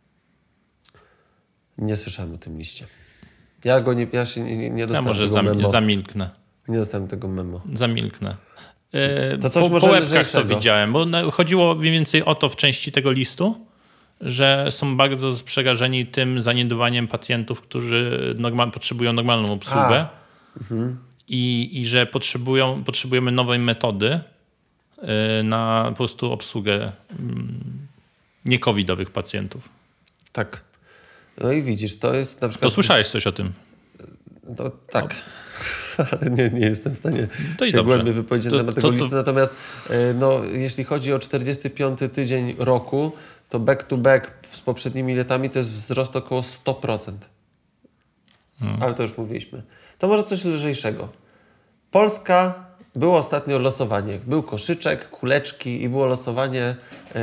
Nie słyszałem o tym liście. Ja się nie dostałem może tego memo. Zamilknę. Nie dostałem tego memo. Zamilknę. To coś po łebkach to widziałem, bo chodziło mniej więcej o to w części tego listu, że są bardzo przerażeni tym zaniedbaniem pacjentów, którzy potrzebują normalną obsługę i że potrzebujemy nowej metody na po prostu obsługę nie-covidowych pacjentów. Tak. No i widzisz, to jest na przykład... To słyszałeś coś o tym? To, tak. Ale nie jestem w stanie się głębiej wypowiedzieć na temat tego listu. Natomiast jeśli chodzi o 45 tydzień roku, to back to back z poprzednimi latami to jest wzrost około 100%. Ale to już mówiliśmy. To może coś lżejszego. Polska, było ostatnio losowanie. Był koszyczek, kuleczki i było losowanie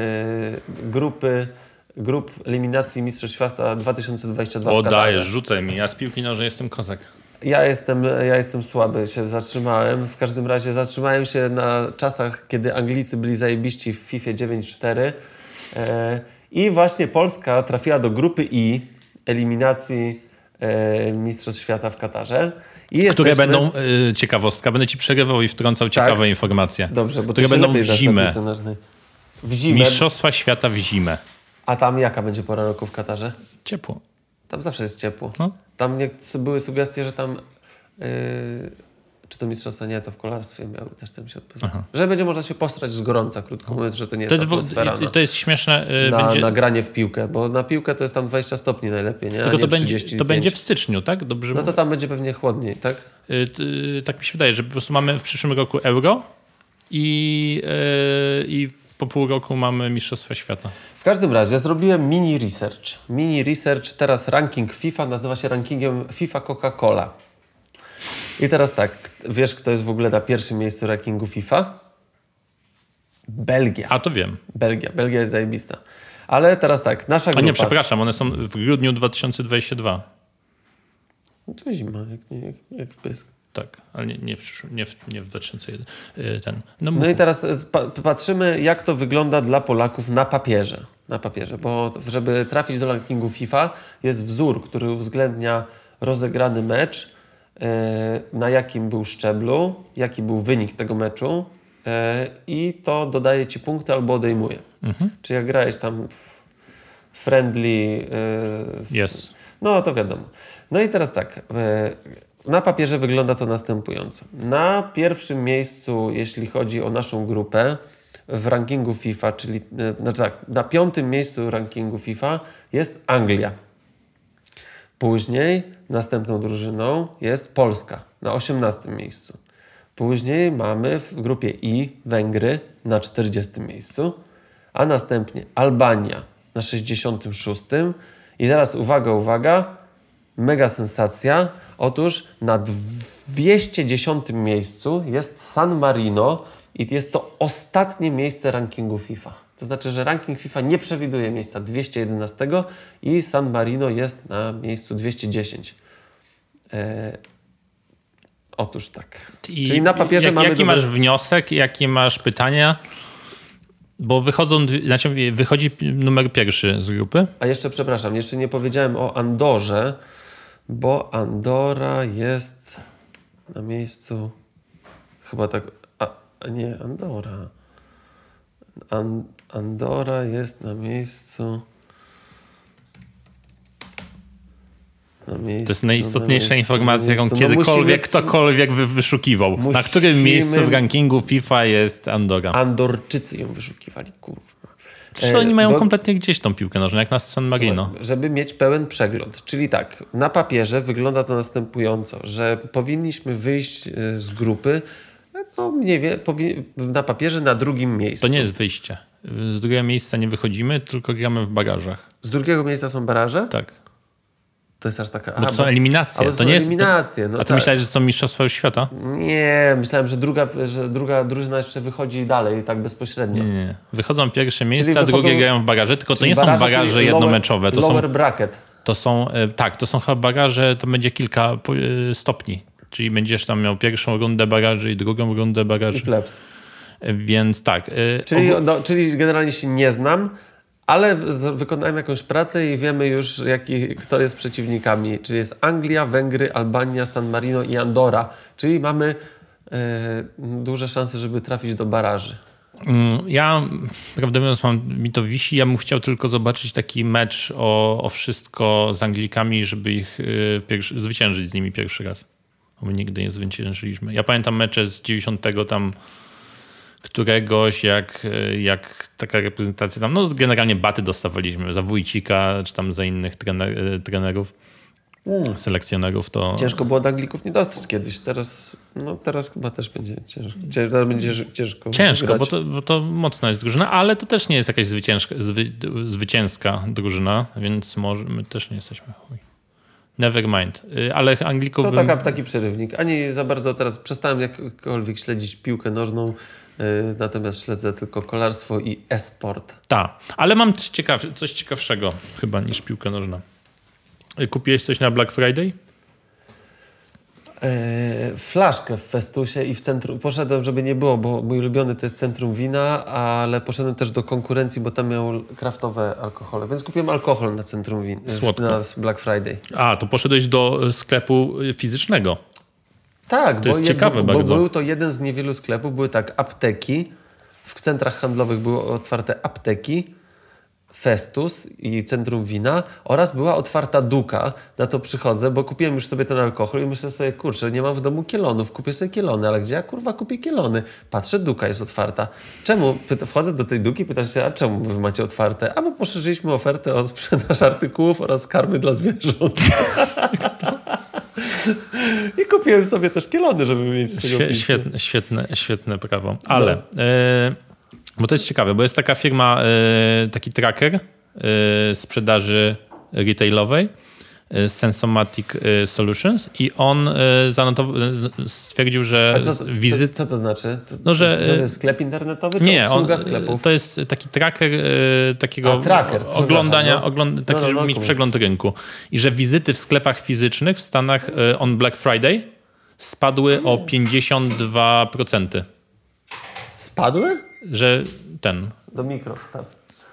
grup eliminacji Mistrzostw Świata 2022 w Katarze. Dajesz, rzucaj mi. Ja z piłki nożnej jestem kozak. Ja jestem słaby, się zatrzymałem. W każdym razie zatrzymałem się na czasach, kiedy Anglicy byli zajebiści w FIFA 9.4 i właśnie Polska trafiła do grupy I eliminacji Mistrzostw Świata w Katarze. Które będą, ciekawostka, będę ci przerywał i wtrącał ciekawe informacje. Dobrze, bo które będą w zimę. W zimę. Mistrzostwa Świata w zimę. A tam jaka będzie pora roku w Katarze? Ciepło. Tam zawsze jest ciepło. No. Tam były sugestie, że tam... czy to mistrzostwa? Nie, to w kolarstwie miały też tym się odpowiedzieć. Że będzie można się postrać z gorąca, krótko mówiąc, że to nie jest atmosfera to jest śmieszne. Na granie w piłkę, bo na piłkę to jest tam 20 stopni najlepiej, nie? Tylko a nie to będzie w styczniu, tak? Dobrze. No to tam będzie pewnie chłodniej, tak? Tak mi się wydaje, że po prostu mamy w przyszłym roku Euro i po pół roku mamy Mistrzostwa Świata. W każdym razie zrobiłem mini research, teraz ranking FIFA nazywa się rankingiem FIFA Coca-Cola. I teraz tak, wiesz kto jest w ogóle na pierwszym miejscu rankingu FIFA? Belgia. A to wiem. Belgia jest zajebista. Ale teraz tak, nasza grupa... A nie, przepraszam, one są w grudniu 2022. No to zima, jak w pysk. Tak, ale nie w 2001. No i teraz patrzymy, jak to wygląda dla Polaków na papierze. Bo żeby trafić do rankingu FIFA jest wzór, który uwzględnia rozegrany mecz, na jakim był szczeblu, jaki był wynik tego meczu i to dodaje ci punkty albo odejmuje. Czy jak grałeś tam w friendly... Yes. No to wiadomo. No i teraz tak... Na papierze wygląda to następująco. Na pierwszym miejscu, jeśli chodzi o naszą grupę w rankingu FIFA, czyli na 5. miejscu rankingu FIFA jest Anglia. Później następną drużyną jest Polska na 18. miejscu. Później mamy w grupie I Węgry na 40. miejscu, a następnie Albania na 66. I teraz uwaga, mega sensacja. Otóż na 210 miejscu jest San Marino i jest to ostatnie miejsce rankingu FIFA. To znaczy, że ranking FIFA nie przewiduje miejsca 211 i San Marino jest na miejscu 210. Otóż tak. Czyli na papierze mamy... Jaki masz wniosek, jakie masz pytania? Bo wychodzi numer 1 z grupy. A jeszcze, przepraszam, jeszcze nie powiedziałem o Andorze, bo Andora jest na miejscu... Chyba tak... nie, Andora. Andora jest na miejscu... To jest najistotniejsza informacja, jaką kiedykolwiek ktokolwiek wyszukiwał. Na którym miejscu w rankingu FIFA jest Andora? Andorczycy ją wyszukiwali, kurwa. Przecież oni mają kompletnie gdzieś tą piłkę nożną, jak na San Marino. Słuchaj, żeby mieć pełen przegląd. Czyli tak, na papierze wygląda to następująco, że powinniśmy wyjść z grupy na papierze na drugim miejscu. To nie jest wyjście. Z drugiego miejsca nie wychodzimy, tylko gramy w barażach. Z drugiego miejsca są baraże? Tak. To jest aż taka... Bo to są eliminacje. To nie eliminacje. A ty myślałeś, że to są mistrzostwa świata? Nie, myślałem, że druga drużyna jeszcze wychodzi dalej, tak bezpośrednio. Nie. Wychodzą pierwsze miejsca, drugie grają w baraże, tylko to nie są baraże jednomeczowe. Lower bracket. To są chyba baraże, to będzie kilka stopni. Czyli będziesz tam miał pierwszą rundę baraży i drugą rundę baraży. I plebs. Więc tak. Czyli generalnie się nie znam, ale wykonałem jakąś pracę i wiemy już, kto jest przeciwnikami. Czyli jest Anglia, Węgry, Albania, San Marino i Andora. Czyli mamy duże szanse, żeby trafić do baraży. Ja, prawdę mówiąc, mi to wisi. Ja bym chciał tylko zobaczyć taki mecz o wszystko z Anglikami, żeby ich zwyciężyć z nimi pierwszy raz. Bo my nigdy nie zwyciężyliśmy. Ja pamiętam mecze z 90 tam któregoś, jak taka reprezentacja tam, no generalnie baty dostawaliśmy za Wójcika, czy tam za innych trenerów, selekcjonerów. To ciężko było od Anglików nie dostać kiedyś. Teraz chyba też będzie ciężko. Teraz będzie ciężko. Ciężko, bo to mocna jest drużyna, ale to też nie jest jakaś zwycięska drużyna, więc może my też nie jesteśmy. Never mind. Ale Anglików... To taki przerywnik. Ani za bardzo teraz przestałem jakkolwiek śledzić piłkę nożną, natomiast śledzę tylko kolarstwo i e-sport. Tak, ale mam coś ciekawszego chyba niż piłka nożna. Kupiłeś coś na Black Friday? Flaszkę w Festusie i w centrum. Poszedłem, żeby nie było, bo mój ulubiony to jest Centrum Wina, ale poszedłem też do konkurencji, bo tam miał kraftowe alkohole. Więc kupiłem alkohol na Centrum Win, na Black Friday. A, to poszedłeś do sklepu fizycznego. Tak, to jest ciekawe bardzo. Bo był to jeden z niewielu sklepów. Były tak apteki. W centrach handlowych były otwarte apteki, Festus i Centrum Wina oraz była otwarta Duka. Na to przychodzę, bo kupiłem już sobie ten alkohol i myślę sobie, kurczę, nie mam w domu kielonów, kupię sobie kielony, ale gdzie ja kurwa kupię kielony? Patrzę, Duka jest otwarta. Czemu? Wchodzę do tej Duki, pytam się, a czemu wy macie otwarte? A bo poszerzyliśmy ofertę o sprzedaż artykułów oraz karmy dla zwierząt. I kupiłem sobie też kielony, żeby mieć z tego Świetne prawo. Ale... Bo to jest ciekawe, bo jest taka firma, taki tracker sprzedaży retailowej, Sensomatic Solutions, i on stwierdził, że co to znaczy? Że to jest sklep internetowy czy nie, obsługa sklepów? To jest taki tracker takiego oglądania, taki przegląd rynku. I że wizyty w sklepach fizycznych w Stanach on Black Friday spadły o 52%. Spadły? Że do mikro wstaw.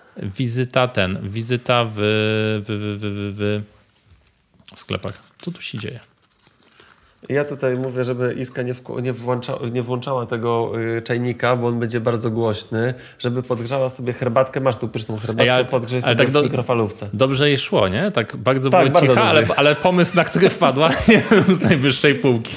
Wizyta w sklepach. Co tu się dzieje? Ja tutaj mówię, żeby Iska nie włączała tego czajnika, bo on będzie bardzo głośny, żeby podgrzała sobie herbatkę. Masz tu pyszną herbatkę, podgrzej sobie w mikrofalówce. Dobrze jej szło, nie? Tak bardzo było cicha, ale pomysł, na który wpadła, nie był z najwyższej półki.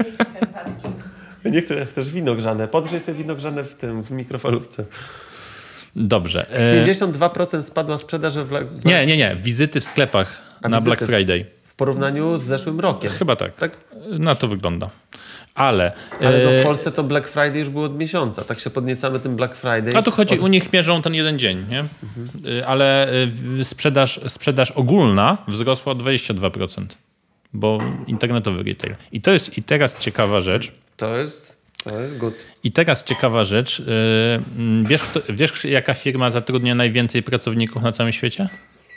Nie chcesz wino grzane. Podgrzej sobie wino grzane w mikrofalówce. Dobrze. 52% spadła sprzedaż Nie. Wizyty w sklepach na Black Friday. W porównaniu z zeszłym rokiem. Chyba tak? Na to wygląda. Ale w Polsce to Black Friday już było od miesiąca. Tak się podniecamy tym Black Friday. A tu chodzi, u nich mierzą ten jeden dzień, nie? Ale sprzedaż ogólna wzrosła o 22%. Bo internetowy retail. I teraz ciekawa rzecz. To jest good. I teraz ciekawa rzecz. Wiesz, jaka firma zatrudnia najwięcej pracowników na całym świecie?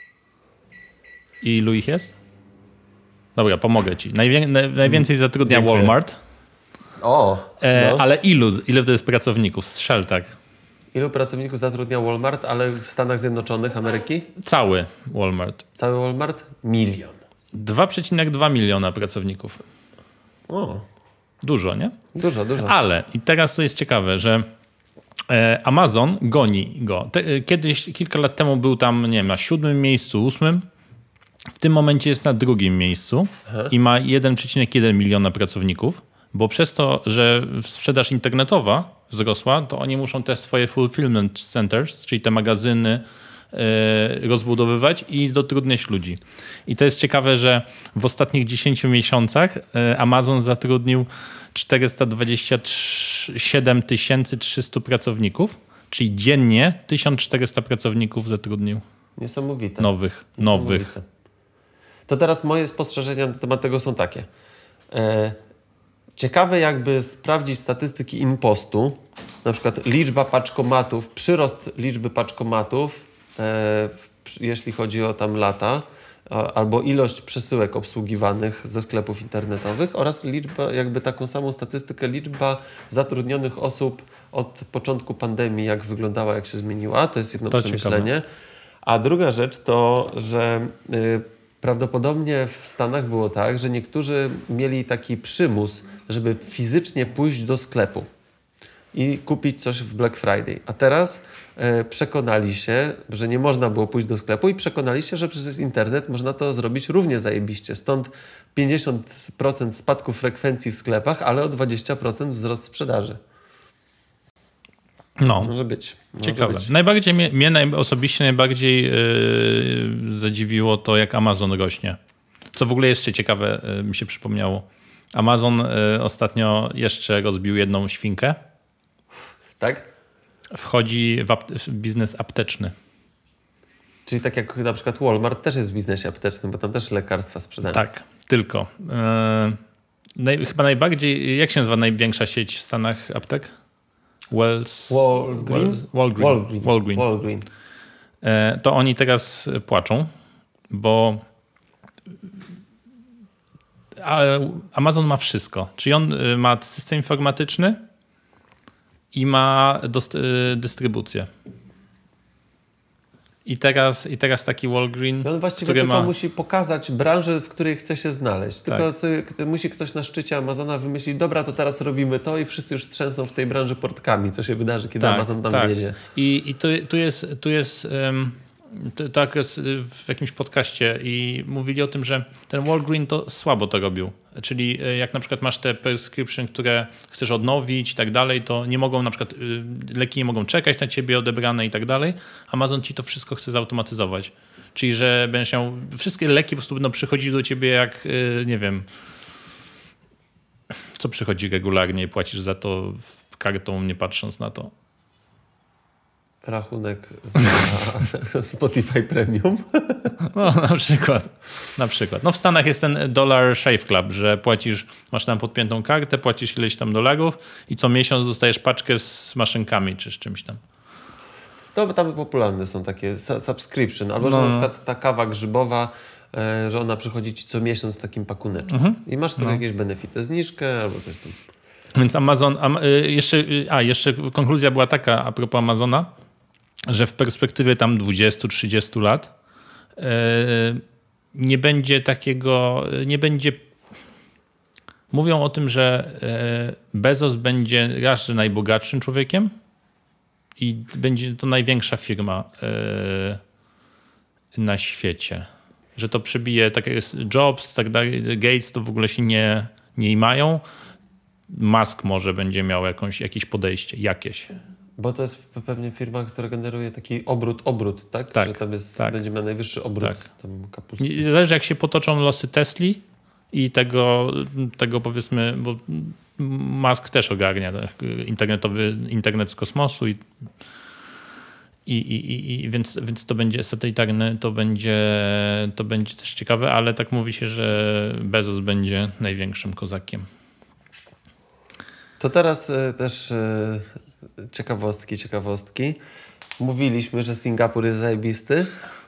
I ilu ich jest? Dobra, pomogę ci. Najwięcej zatrudnia Walmart. Ale ile to jest pracowników? Strzel tak. Ilu pracowników zatrudnia Walmart, ale w Stanach Zjednoczonych Ameryki? Cały Walmart. Cały Walmart? 1 000 000. 2,2 miliona pracowników. Dużo, nie? Dużo. Ale i teraz to jest ciekawe, że Amazon goni go. Kilka lat temu był tam, nie wiem, na 7. miejscu, 8. W tym momencie jest na 2. miejscu i ma 1,1 miliona pracowników, bo przez to, że sprzedaż internetowa wzrosła, to oni muszą te swoje fulfillment centers, czyli te magazyny, rozbudowywać i dotrudniać ludzi. I to jest ciekawe, że w ostatnich 10 miesiącach Amazon zatrudnił 427 300 pracowników, czyli dziennie 1400 pracowników zatrudnił. Niesamowite. Nowych. To teraz moje spostrzeżenia na temat tego są takie. Ciekawe jakby sprawdzić statystyki impostu, na przykład liczba paczkomatów, przyrost liczby paczkomatów, jeśli chodzi o tam lata, albo ilość przesyłek obsługiwanych ze sklepów internetowych oraz liczba, jakby taką samą statystykę, liczba zatrudnionych osób od początku pandemii, jak wyglądała, jak się zmieniła. To jest jedno przemyślenie. Ciekawe. A druga rzecz to, że prawdopodobnie w Stanach było tak, że niektórzy mieli taki przymus, żeby fizycznie pójść do sklepu i kupić coś w Black Friday. A teraz przekonali się, że nie można było pójść do sklepu i przekonali się, że przez internet można to zrobić równie zajebiście. Stąd 50% spadku frekwencji w sklepach, ale o 20% wzrost sprzedaży. No, może być. Ciekawe. Najbardziej mnie osobiście najbardziej zadziwiło to, jak Amazon rośnie. Co w ogóle jeszcze ciekawe mi się przypomniało. Amazon ostatnio jeszcze rozbił jedną świnkę. Tak? Wchodzi w biznes apteczny. Czyli tak jak na przykład Walmart też jest w biznesie aptecznym, bo tam też lekarstwa sprzedają. Tak, tylko. Chyba najbardziej, jak się nazywa największa sieć w Stanach aptek? Walgreen. To oni teraz płaczą, bo Amazon ma wszystko. Czyli on ma system informatyczny i ma dystrybucję. I teraz taki Walgreen, on właściwie tylko musi pokazać branżę, w której chce się znaleźć. Tylko musi ktoś na szczycie Amazona wymyślić, dobra, to teraz robimy to i wszyscy już trzęsą w tej branży portkami, co się wydarzy, kiedy Amazon tam wjedzie. I tu jest tak jest w jakimś podcaście i mówili o tym, że ten Walgreen to słabo to robił. Czyli jak na przykład masz te prescription, które chcesz odnowić i tak dalej, to nie mogą na przykład, leki nie mogą czekać na ciebie odebrane i tak dalej. Amazon ci to wszystko chce zautomatyzować. Czyli, że będziesz miał, wszystkie leki po prostu będą przychodzić do ciebie jak, nie wiem, co przychodzi regularnie i płacisz za to kartą, nie patrząc na to. Rachunek za Spotify Premium. No, na przykład. No w Stanach jest ten Dollar Shave Club, że płacisz, masz tam podpiętą kartę, płacisz ileś tam dolarów i co miesiąc dostajesz paczkę z maszynkami czy z czymś tam. To tam popularne są takie subscription, albo że na przykład ta kawa grzybowa, że ona przychodzi ci co miesiąc z takim pakuneczkiem. I masz sobie jakieś benefity, zniżkę albo coś tam. Więc Amazon, jeszcze konkluzja była taka a propos Amazona, że w perspektywie tam 20-30 lat nie będzie takiego, mówią o tym, że Bezos będzie raz, że najbogatszym człowiekiem i będzie to największa firma na świecie. Że to przebije, tak jak jest Jobs, tak dalej, Gates to w ogóle się nie mają. Musk może będzie miał jakieś podejście, jakieś. Bo to jest pewnie firma, która generuje taki obrót, tak? Tak. Że tam będzie miał najwyższy obrót tam kapusty. Zależy, jak się potoczą losy Tesli i tego powiedzmy, bo Musk też ogarnia internet z kosmosu więc to będzie satelitarne, to będzie też ciekawe, ale tak mówi się, że Bezos będzie największym kozakiem. To teraz też ciekawostki. Mówiliśmy, że Singapur jest zajebisty.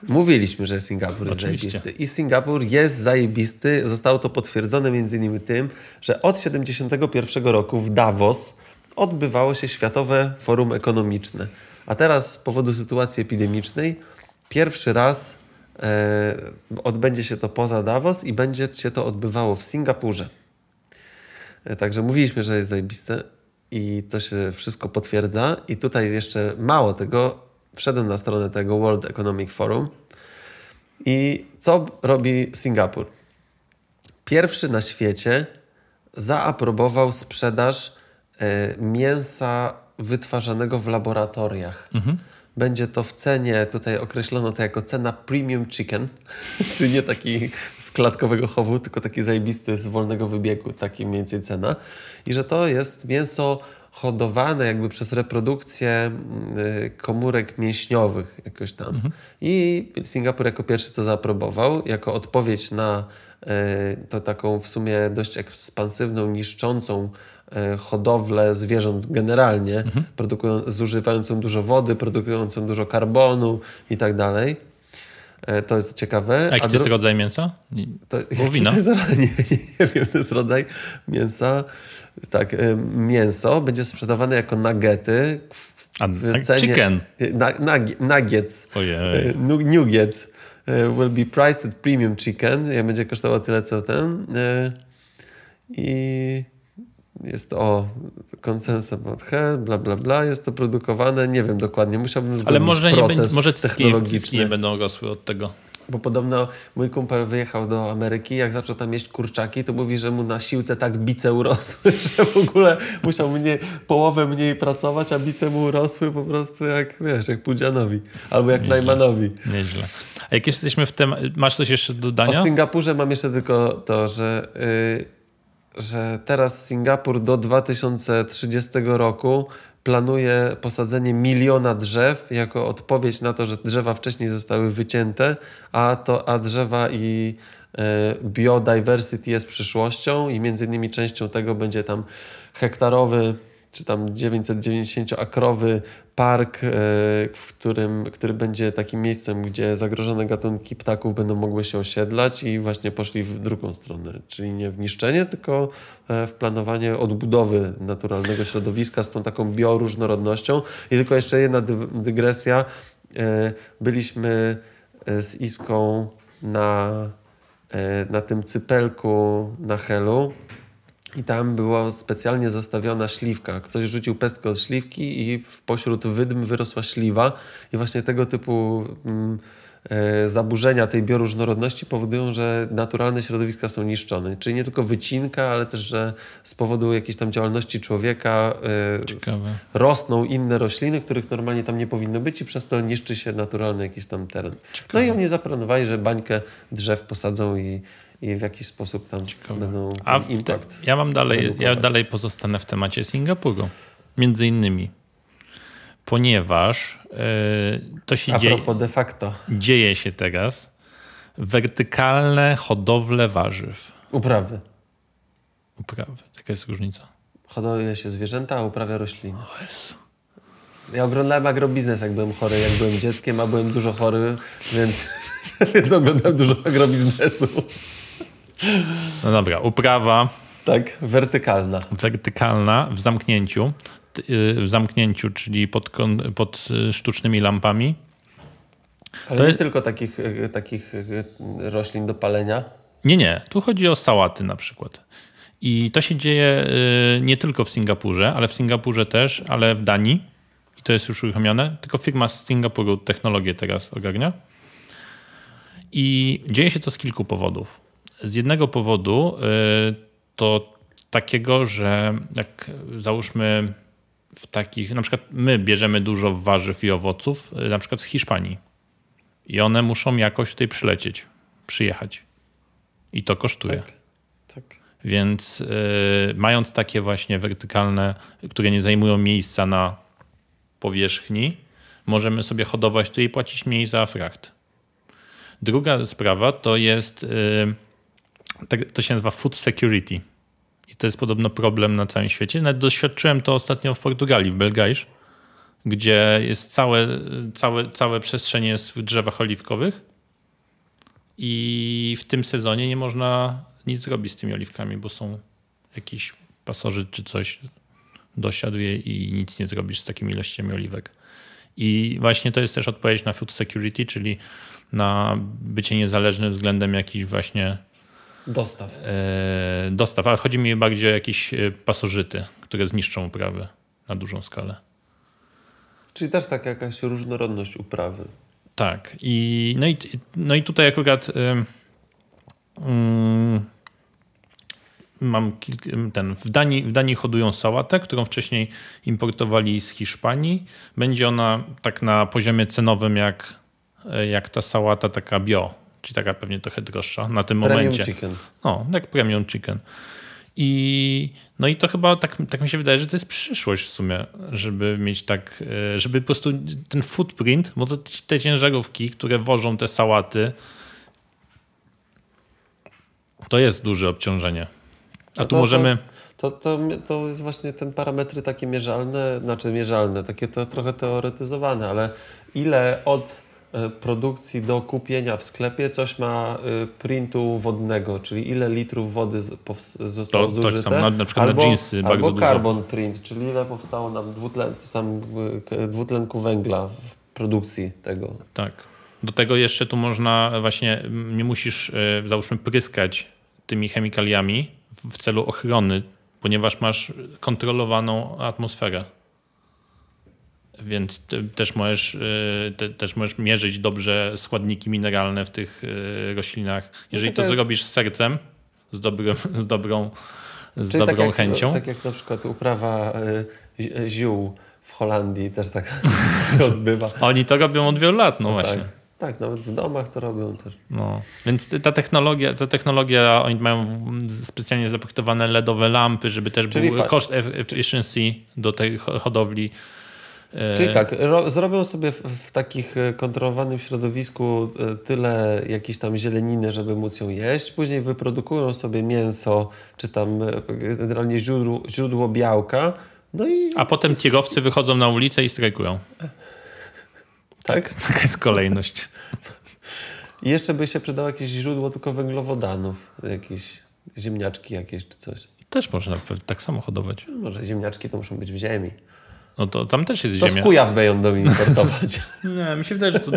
I Singapur jest zajebisty. Zostało to potwierdzone m.in. tym, że od 1971 roku w Davos odbywało się Światowe Forum Ekonomiczne. A teraz z powodu sytuacji epidemicznej pierwszy raz odbędzie się to poza Davos i będzie się to odbywało w Singapurze. Także mówiliśmy, że jest zajebiste i to się wszystko potwierdza. I tutaj jeszcze mało tego, wszedłem na stronę tego World Economic Forum i co robi Singapur? Pierwszy na świecie zaaprobował sprzedaż mięsa wytwarzanego w laboratoriach. będzie to w cenie, tutaj określono to jako cena premium chicken, czyli nie taki z klatkowego chowu, tylko taki zajebisty z wolnego wybiegu, taki mniej więcej cena. I że to jest mięso hodowane jakby przez reprodukcję komórek mięśniowych jakoś tam. I Singapur jako pierwszy to zaaprobował, jako odpowiedź na to taką w sumie dość ekspansywną, niszczącą hodowlę zwierząt generalnie, zużywającą dużo wody, produkującą dużo karbonu i tak dalej. To jest ciekawe. A jaki to jest rodzaj mięsa? Wołowina? To jest, nie wiem, to jest rodzaj mięsa. Tak, mięso będzie sprzedawane jako nuggety w cenie... Chicken. Nuggets. Ojej. Nuggets will be priced at premium chicken. Będzie kosztowało tyle, co ten. I jest to consensus about health, bla, bla, bla. Jest to produkowane, nie wiem dokładnie. Musiałbym zgłębić proces może technologiczny. nie będą rosły od tego. Bo podobno mój kumpel wyjechał do Ameryki, jak zaczął tam jeść kurczaki, to mówi, że mu na siłce tak bice urosły, że w ogóle musiał połowę mniej pracować, a bice mu urosły po prostu jak, wiesz, jak Pudzianowi albo jak Najmanowi. Nieźle. A jak jesteśmy w tym, masz coś jeszcze do dodania? O Singapurze mam jeszcze tylko to, że teraz Singapur do 2030 roku planuje posadzenie 1 miliona drzew jako odpowiedź na to, że drzewa wcześniej zostały wycięte, a drzewa i biodiversity jest przyszłością i między innymi częścią tego będzie tam hektarowy czy tam 990-akrowy park, który będzie takim miejscem, gdzie zagrożone gatunki ptaków będą mogły się osiedlać i właśnie poszli w drugą stronę, czyli nie w niszczenie, tylko w planowanie odbudowy naturalnego środowiska z tą taką bioróżnorodnością. I tylko jeszcze jedna dygresja. Byliśmy z Iską na tym cypelku na Helu. I tam była specjalnie zostawiona śliwka. Ktoś rzucił pestkę od śliwki i pośród wydm wyrosła śliwa. I właśnie tego typu zaburzenia tej bioróżnorodności powodują, że naturalne środowiska są niszczone. Czyli nie tylko wycinka, ale też, że z powodu jakiejś tam działalności człowieka rosną inne rośliny, których normalnie tam nie powinno być i przez to niszczy się naturalny jakiś tam teren. No i oni zaplanowali, że bańkę drzew posadzą i w jakiś sposób tam będą impact. Ja dalej pozostanę w temacie Singapuru. Między innymi. Ponieważ to się de facto. dzieje się teraz wertykalne hodowle warzyw. Uprawy. Jaka jest różnica? Hoduje się zwierzęta, a uprawia rośliny. O Jezu. Ja oglądałem agrobiznes, jak byłem chory, jak byłem dzieckiem, a byłem dużo chory, więc oglądałem dużo agrobiznesu. No dobra, uprawa. Tak, wertykalna. Wertykalna w zamknięciu, czyli pod sztucznymi lampami. Ale nie tylko takich roślin do palenia. Nie. Tu chodzi o sałaty na przykład. I to się dzieje nie tylko w Singapurze, ale w Singapurze też, ale w Danii. I to jest już uruchomione. Tylko firma z Singapuru technologię teraz ogarnia. I dzieje się to z kilku powodów. Z jednego powodu to takiego, że jak załóżmy w takich, na przykład my bierzemy dużo warzyw i owoców, na przykład z Hiszpanii. I one muszą jakoś tutaj przyjechać. I to kosztuje. Tak. Więc mając takie właśnie wertykalne, które nie zajmują miejsca na powierzchni, możemy sobie hodować tutaj i płacić mniej za fracht. Druga sprawa to jest, to się nazywa food security. I to jest podobno problem na całym świecie. Nawet doświadczyłem to ostatnio w Portugalii, w Belgaisz, gdzie jest całe przestrzenie jest w drzewach oliwkowych i w tym sezonie nie można nic zrobić z tymi oliwkami, bo są jakiś pasożyt czy coś dosiadł je i nic nie zrobisz z takimi ilościami oliwek. I właśnie to jest też odpowiedź na food security, czyli na bycie niezależnym względem jakichś właśnie dostaw, ale chodzi mi bardziej o jakieś pasożyty, które zniszczą uprawy na dużą skalę. Czyli też taka jakaś różnorodność uprawy. Tak. No i tutaj akurat w Danii hodują sałatę, którą wcześniej importowali z Hiszpanii. Będzie ona tak na poziomie cenowym jak ta sałata taka bio, czyli taka pewnie trochę droższa na tym Premium momencie. chicken. No, jak premium chicken. I to chyba tak mi się wydaje, że to jest przyszłość w sumie, żeby mieć żeby po prostu ten footprint, bo to te ciężarówki, które wożą te sałaty, to jest duże obciążenie. A tu możemy... To jest właśnie ten parametry takie mierzalne, takie to trochę teoretyzowane, ale ile od produkcji do kupienia w sklepie coś ma printu wodnego, czyli ile litrów wody zostało zużyte. Tak samo, na przykład na dżinsy bardzo dużo. Carbon print, czyli ile powstało nam dwutlenku węgla w produkcji tego. Tak. Do tego jeszcze tu można właśnie, nie musisz załóżmy pryskać tymi chemikaliami w celu ochrony, ponieważ masz kontrolowaną atmosferę. Więc też możesz mierzyć dobrze składniki mineralne w tych roślinach. Jeżeli to zrobisz z sercem, z dobrą chęcią. Tak jak na przykład uprawa ziół w Holandii też tak się odbywa. Oni to robią od wielu lat, no właśnie. Tak, nawet w domach to robią też. No. Więc ta technologia, oni mają specjalnie zaprojektowane LEDowe lampy, żeby też był cost efficiency do tej hodowli. Czyli tak, zrobią sobie w takich kontrolowanym środowisku tyle jakiejś tam zieleniny, żeby móc ją jeść, później wyprodukują sobie mięso, czy tam generalnie źródło białka. A potem tirowcy wychodzą na ulicę i strajkują. Tak? Taka jest kolejność. I jeszcze by się przydało jakieś źródło tylko węglowodanów, jakieś ziemniaczki jakieś czy coś. Też można tak samo hodować. Może ziemniaczki to muszą być w ziemi. No to tam też jest to ziemia. To z Kujaw będą importować. Nie, mi się wydaje, że to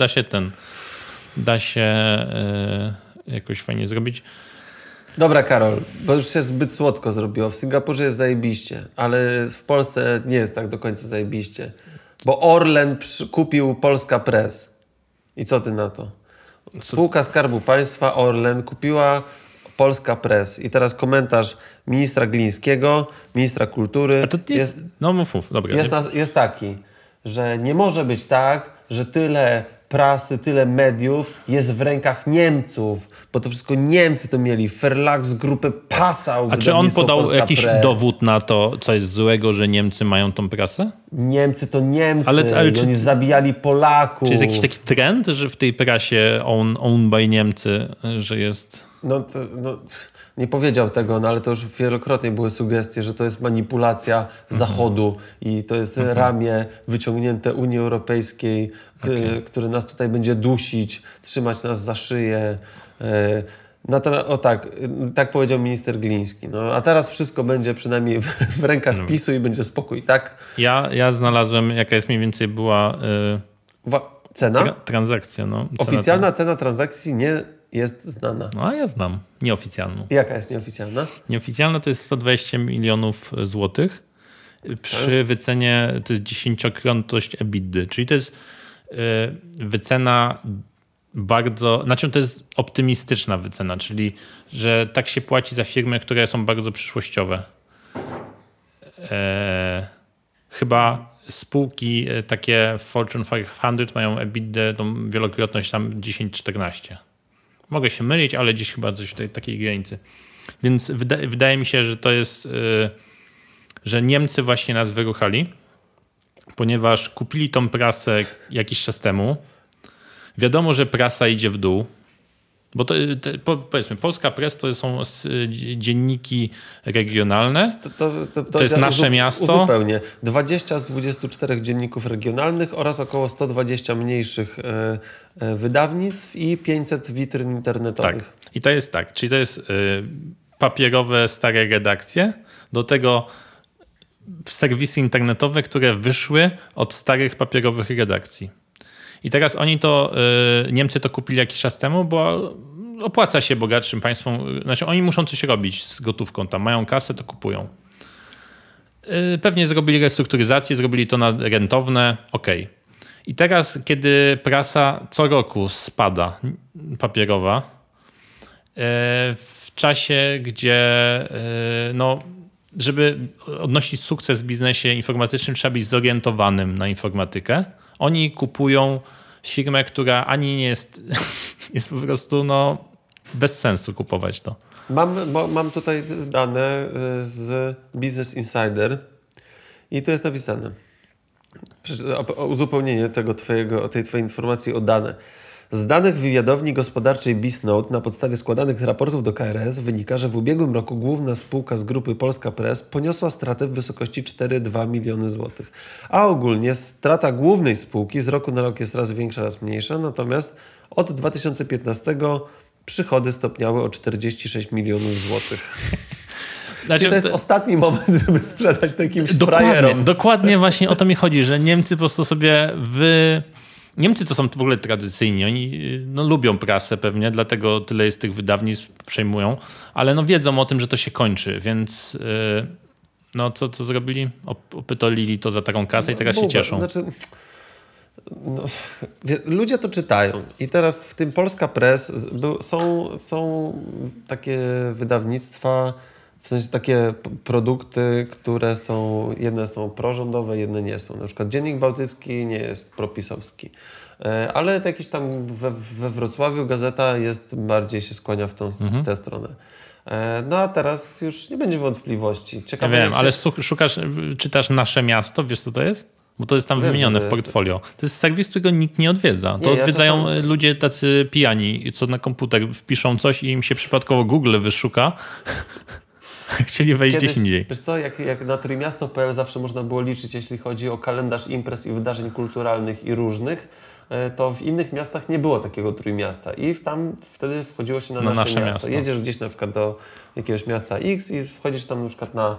da się jakoś fajnie zrobić. Dobra, Karol, bo już się zbyt słodko zrobiło. W Singapurze jest zajebiście, ale w Polsce nie jest tak do końca zajebiście. Bo Orlen kupił Polska Press. I co ty na to? Spółka Skarbu Państwa Orlen kupiła Polska Press. I teraz komentarz ministra Glińskiego, ministra kultury. A to jest... No mów, dobra. Jest taki, że nie może być tak, że tyle prasy, tyle mediów jest w rękach Niemców, bo to wszystko Niemcy to mieli. Verlag z grupy Passau. A czy on podał jakiś dowód na to, co jest złego, że Niemcy mają tą prasę? Niemcy to Niemcy. Ale oni zabijali Polaków. Czy jest jakiś taki trend, że w tej prasie owned by Niemcy, że jest... Nie powiedział tego, ale to już wielokrotnie były sugestie, że to jest manipulacja Zachodu i to jest ramię wyciągnięte Unii Europejskiej, który nas tutaj będzie dusić, trzymać nas za szyję. Tak powiedział minister Gliński. No, a teraz wszystko będzie przynajmniej w rękach PiS-u i będzie spokój, tak? Ja znalazłem, jaka jest mniej więcej była cena? Transakcja. No, oficjalna cena transakcji nie jest znana. No, a ja znam. Nieoficjalną. Jaka jest nieoficjalna? Nieoficjalna to jest 120 milionów złotych przy wycenie, to jest 10-krotność EBITDA, czyli to jest wycena bardzo, znaczy to jest optymistyczna wycena, czyli że tak się płaci za firmy, które są bardzo przyszłościowe. Chyba spółki takie Fortune 500 mają EBITDA, tą wielokrotność tam 10-14. Mogę się mylić, ale gdzieś chyba coś w takiej granicy. Więc wydaje mi się, że to jest, że Niemcy właśnie nas wyruchali, ponieważ kupili tą prasę jakiś czas temu. Wiadomo, że prasa idzie w dół, bo powiedzmy, Polska Press to są dzienniki regionalne. To jest nasze miasto. Uzupełnię. 20 z 24 dzienników regionalnych oraz około 120 mniejszych wydawnictw i 500 witryn internetowych. Tak. I to jest tak, czyli to jest papierowe, stare redakcje, do tego serwisy internetowe, które wyszły od starych papierowych redakcji. I teraz Niemcy to kupili jakiś czas temu, bo opłaca się bogatszym państwom, znaczy oni muszą coś robić z gotówką, tam mają kasę, to kupują. Pewnie zrobili restrukturyzację, zrobili to na rentowne, okej. I teraz, kiedy prasa co roku spada papierowa, w czasie, gdzie no, żeby odnosić sukces w biznesie informatycznym, trzeba być zorientowanym na informatykę. Oni kupują firmę, która ani nie jest, jest po prostu no, bez sensu kupować to. Mam tutaj dane z Business Insider i tu jest napisane. Uzupełnienie tej twojej informacji o dane. Z danych wywiadowni gospodarczej Bisnode na podstawie składanych raportów do KRS wynika, że w ubiegłym roku główna spółka z grupy Polska Press poniosła stratę w wysokości 4,2 miliony złotych. A ogólnie strata głównej spółki z roku na rok jest raz większa, raz mniejsza, natomiast od 2015 przychody stopniały o 46 milionów złotych. Znaczy, to jest ostatni moment, żeby sprzedać takim frajerom. Dokładnie właśnie o to mi chodzi, że Niemcy po prostu sobie Niemcy to są w ogóle tradycyjni, oni no, lubią prasę pewnie, dlatego tyle jest tych wydawnictw, przejmują, ale no, wiedzą o tym, że to się kończy, więc no co zrobili? Opytolili to za taką kasę i teraz się cieszą. Znaczy, no, ludzie to czytają i teraz w tym Polska Press są takie wydawnictwa, w sensie takie produkty, które są, jedne są prorządowe, jedne nie są. Na przykład Dziennik Bałtycki nie jest propisowski, ale jakiś tam we Wrocławiu gazeta jest, bardziej się skłania w tę stronę. No a teraz już nie będzie wątpliwości. Ciekawe, ja wiem, ale czytasz Nasze Miasto, wiesz co to jest? Bo to jest tam wymienione w portfolio. To jest serwis, którego nikt nie odwiedza. To odwiedzają ludzie tacy pijani, co na komputer wpiszą coś i im się przypadkowo Google wyszuka. Chcieli wejść gdzieś indziej. Wiesz co, jak na trójmiasto.pl zawsze można było liczyć, jeśli chodzi o kalendarz imprez i wydarzeń kulturalnych i różnych, to w innych miastach nie było takiego trójmiasta i tam wtedy wchodziło się na nasze miasto. Jedziesz gdzieś na przykład do jakiegoś miasta X i wchodzisz tam na przykład na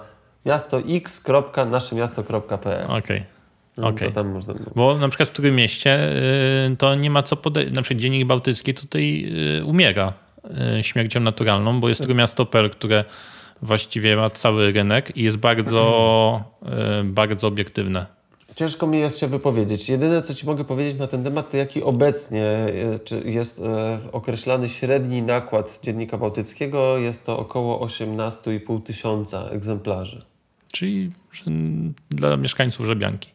miasto.x.naszemiasto.pl. Okej. To tam można było. Bo na przykład w którym mieście to nie ma co podejść. Na przykład Dziennik Bałtycki tutaj umiera śmiercią naturalną, bo jest trójmiasto.pl, które właściwie ma cały rynek i jest bardzo, bardzo obiektywne. Ciężko mi jest się wypowiedzieć. Jedyne, co ci mogę powiedzieć na ten temat, to jaki obecnie jest określany średni nakład Dziennika Bałtyckiego. Jest to około 18,5 tysiąca egzemplarzy. Czyli dla mieszkańców Żebianki.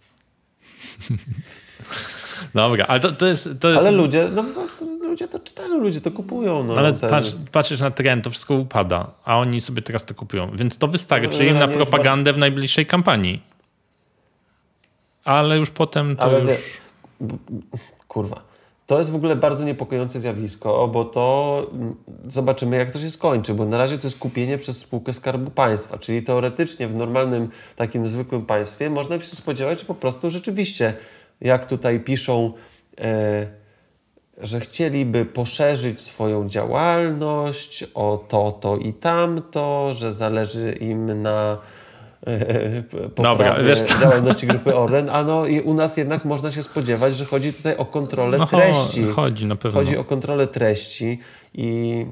Dobra, ale to jest... Ale ludzie to czytają, ludzie to kupują. No, ale patrzysz na trend, to wszystko upada, a oni sobie teraz to kupują. Więc to wystarczy im na propagandę w najbliższej kampanii. Ale już potem to kurwa. To jest w ogóle bardzo niepokojące zjawisko, bo to zobaczymy, jak to się skończy, bo na razie to jest kupienie przez spółkę Skarbu Państwa, czyli teoretycznie w normalnym, takim zwykłym państwie można by się spodziewać, że po prostu rzeczywiście, jak tutaj piszą, że chcieliby poszerzyć swoją działalność o to i tamto, że zależy im na poprawie działalności grupy Orlen, i u nas jednak można się spodziewać, że chodzi tutaj o kontrolę treści. Chodzi na pewno. Chodzi o kontrolę treści i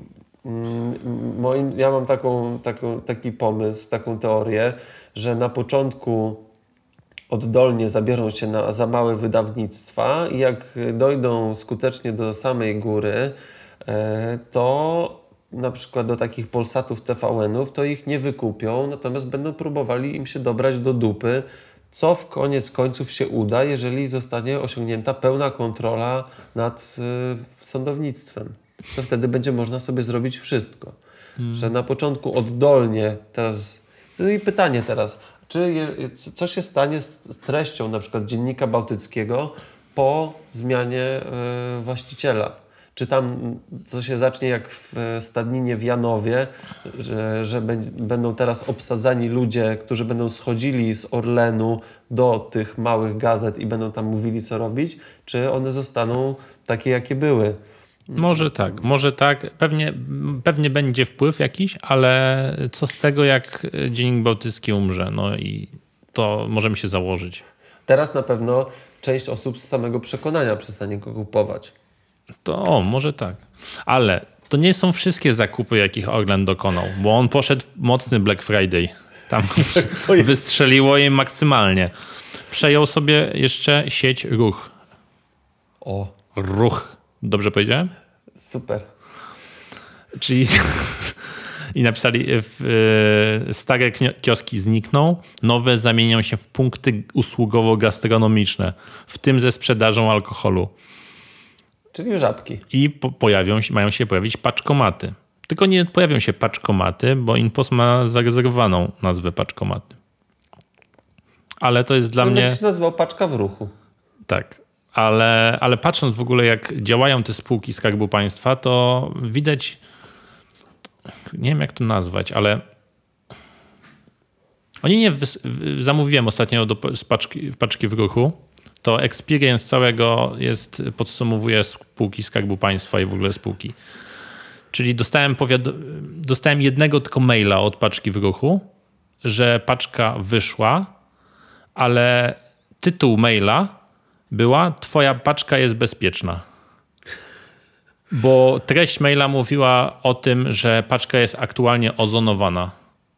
ja mam taki pomysł, taką teorię, że na początku oddolnie zabiorą się za małe wydawnictwa i jak dojdą skutecznie do samej góry, to na przykład do takich Polsatów, TVN-ów, to ich nie wykupią, natomiast będą próbowali im się dobrać do dupy, co w koniec końców się uda, jeżeli zostanie osiągnięta pełna kontrola nad sądownictwem. To wtedy będzie można sobie zrobić wszystko. Że na początku oddolnie teraz... I pytanie teraz, co się stanie z treścią na przykład Dziennika Bałtyckiego po zmianie właściciela? Czy tam co się zacznie jak w stadninie w Janowie, że będą teraz obsadzani ludzie, którzy będą schodzili z Orlenu do tych małych gazet i będą tam mówili, co robić? Czy one zostaną takie, jakie były? Może tak. Pewnie będzie wpływ jakiś, ale co z tego, jak Dziennik Bałtycki umrze? No i to możemy się założyć. Teraz na pewno część osób z samego przekonania przestanie go kupować. Może tak. Ale to nie są wszystkie zakupy, jakich Orlen dokonał, bo on poszedł w mocny Black Friday. Tam wystrzeliło im maksymalnie. Przejął sobie jeszcze sieć Ruch. Ruch. Dobrze powiedziałem? Super. Czyli I napisali, stare kioski znikną, nowe zamienią się w punkty usługowo-gastronomiczne, w tym ze sprzedażą alkoholu. Czyli żabki. I mają się pojawić paczkomaty. Tylko nie pojawią się paczkomaty, bo InPost ma zarezerwowaną nazwę paczkomaty. Ale to jest dla mnie... To się nazywał paczka w ruchu. Tak. Ale patrząc w ogóle, jak działają te spółki Skarbu Państwa, to widać, nie wiem jak to nazwać, ale oni nie zamówiłem ostatnio z paczki w ruchu, to experience całego podsumowuje spółki Skarbu Państwa i w ogóle spółki. Czyli dostałem jednego tylko maila od paczki w ruchu, że paczka wyszła, ale tytuł maila była: twoja paczka jest bezpieczna. Bo treść maila mówiła o tym, że paczka jest aktualnie ozonowana.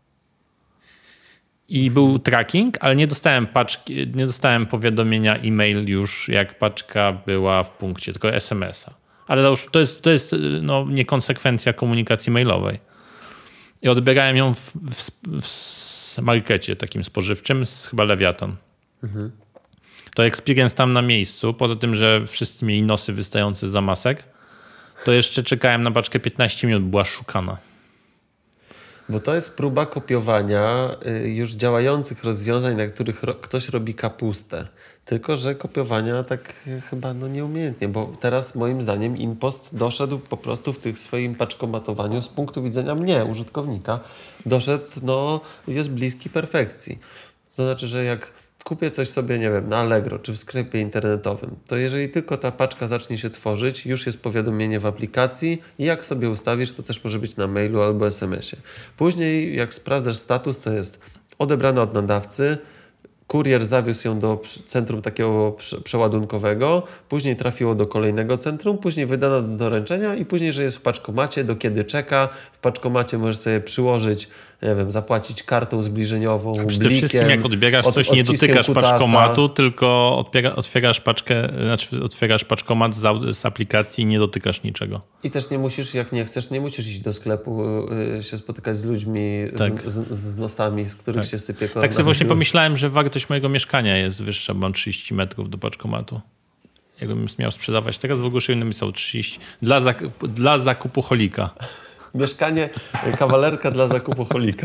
I był tracking, ale nie dostałem powiadomienia e-mail już, jak paczka była w punkcie, tylko SMS-a. Ale to jest niekonsekwencja komunikacji mailowej. I odbierałem ją w markecie takim spożywczym, chyba Lewiatan. Mhm. To experience tam na miejscu, poza tym, że wszyscy mieli nosy wystające za masek, to jeszcze czekałem na paczkę 15 minut, była szukana. Bo to jest próba kopiowania już działających rozwiązań, na których ktoś robi kapustę. Tylko że kopiowania tak chyba nieumiejętnie, bo teraz moim zdaniem InPost doszedł po prostu w tych swoim paczkomatowaniu z punktu widzenia mnie, użytkownika, jest bliski perfekcji. To znaczy, że jak kupię coś sobie, nie wiem, na Allegro czy w sklepie internetowym, to jeżeli tylko ta paczka zacznie się tworzyć, już jest powiadomienie w aplikacji i jak sobie ustawisz, to też może być na mailu albo SMS-ie. Później jak sprawdzasz status, to jest odebrane od nadawcy, kurier zawiózł ją do centrum takiego przeładunkowego, później trafiło do kolejnego centrum, później wydano do doręczenia i później, że jest w paczkomacie, do kiedy czeka. W paczkomacie możesz sobie przyłożyć, nie wiem, zapłacić kartą zbliżeniową, blikiem. Przede wszystkim jak odbierasz coś, nie dotykasz paczkomatu, tylko otwierasz paczkomat z aplikacji i nie dotykasz niczego. I też nie musisz, jak nie chcesz, nie musisz iść do sklepu, się spotykać z ludźmi, z nosami, z których się sypie koronawirus. Tak sobie właśnie pomyślałem, że wartość mojego mieszkania jest wyższa, bo mam 30 metrów do paczkomatu. Jakbym miał sprzedawać teraz, w ogóle inny pisał 30 dla zakupu cholika. Mieszkanie, kawalerka dla zakupu cholika.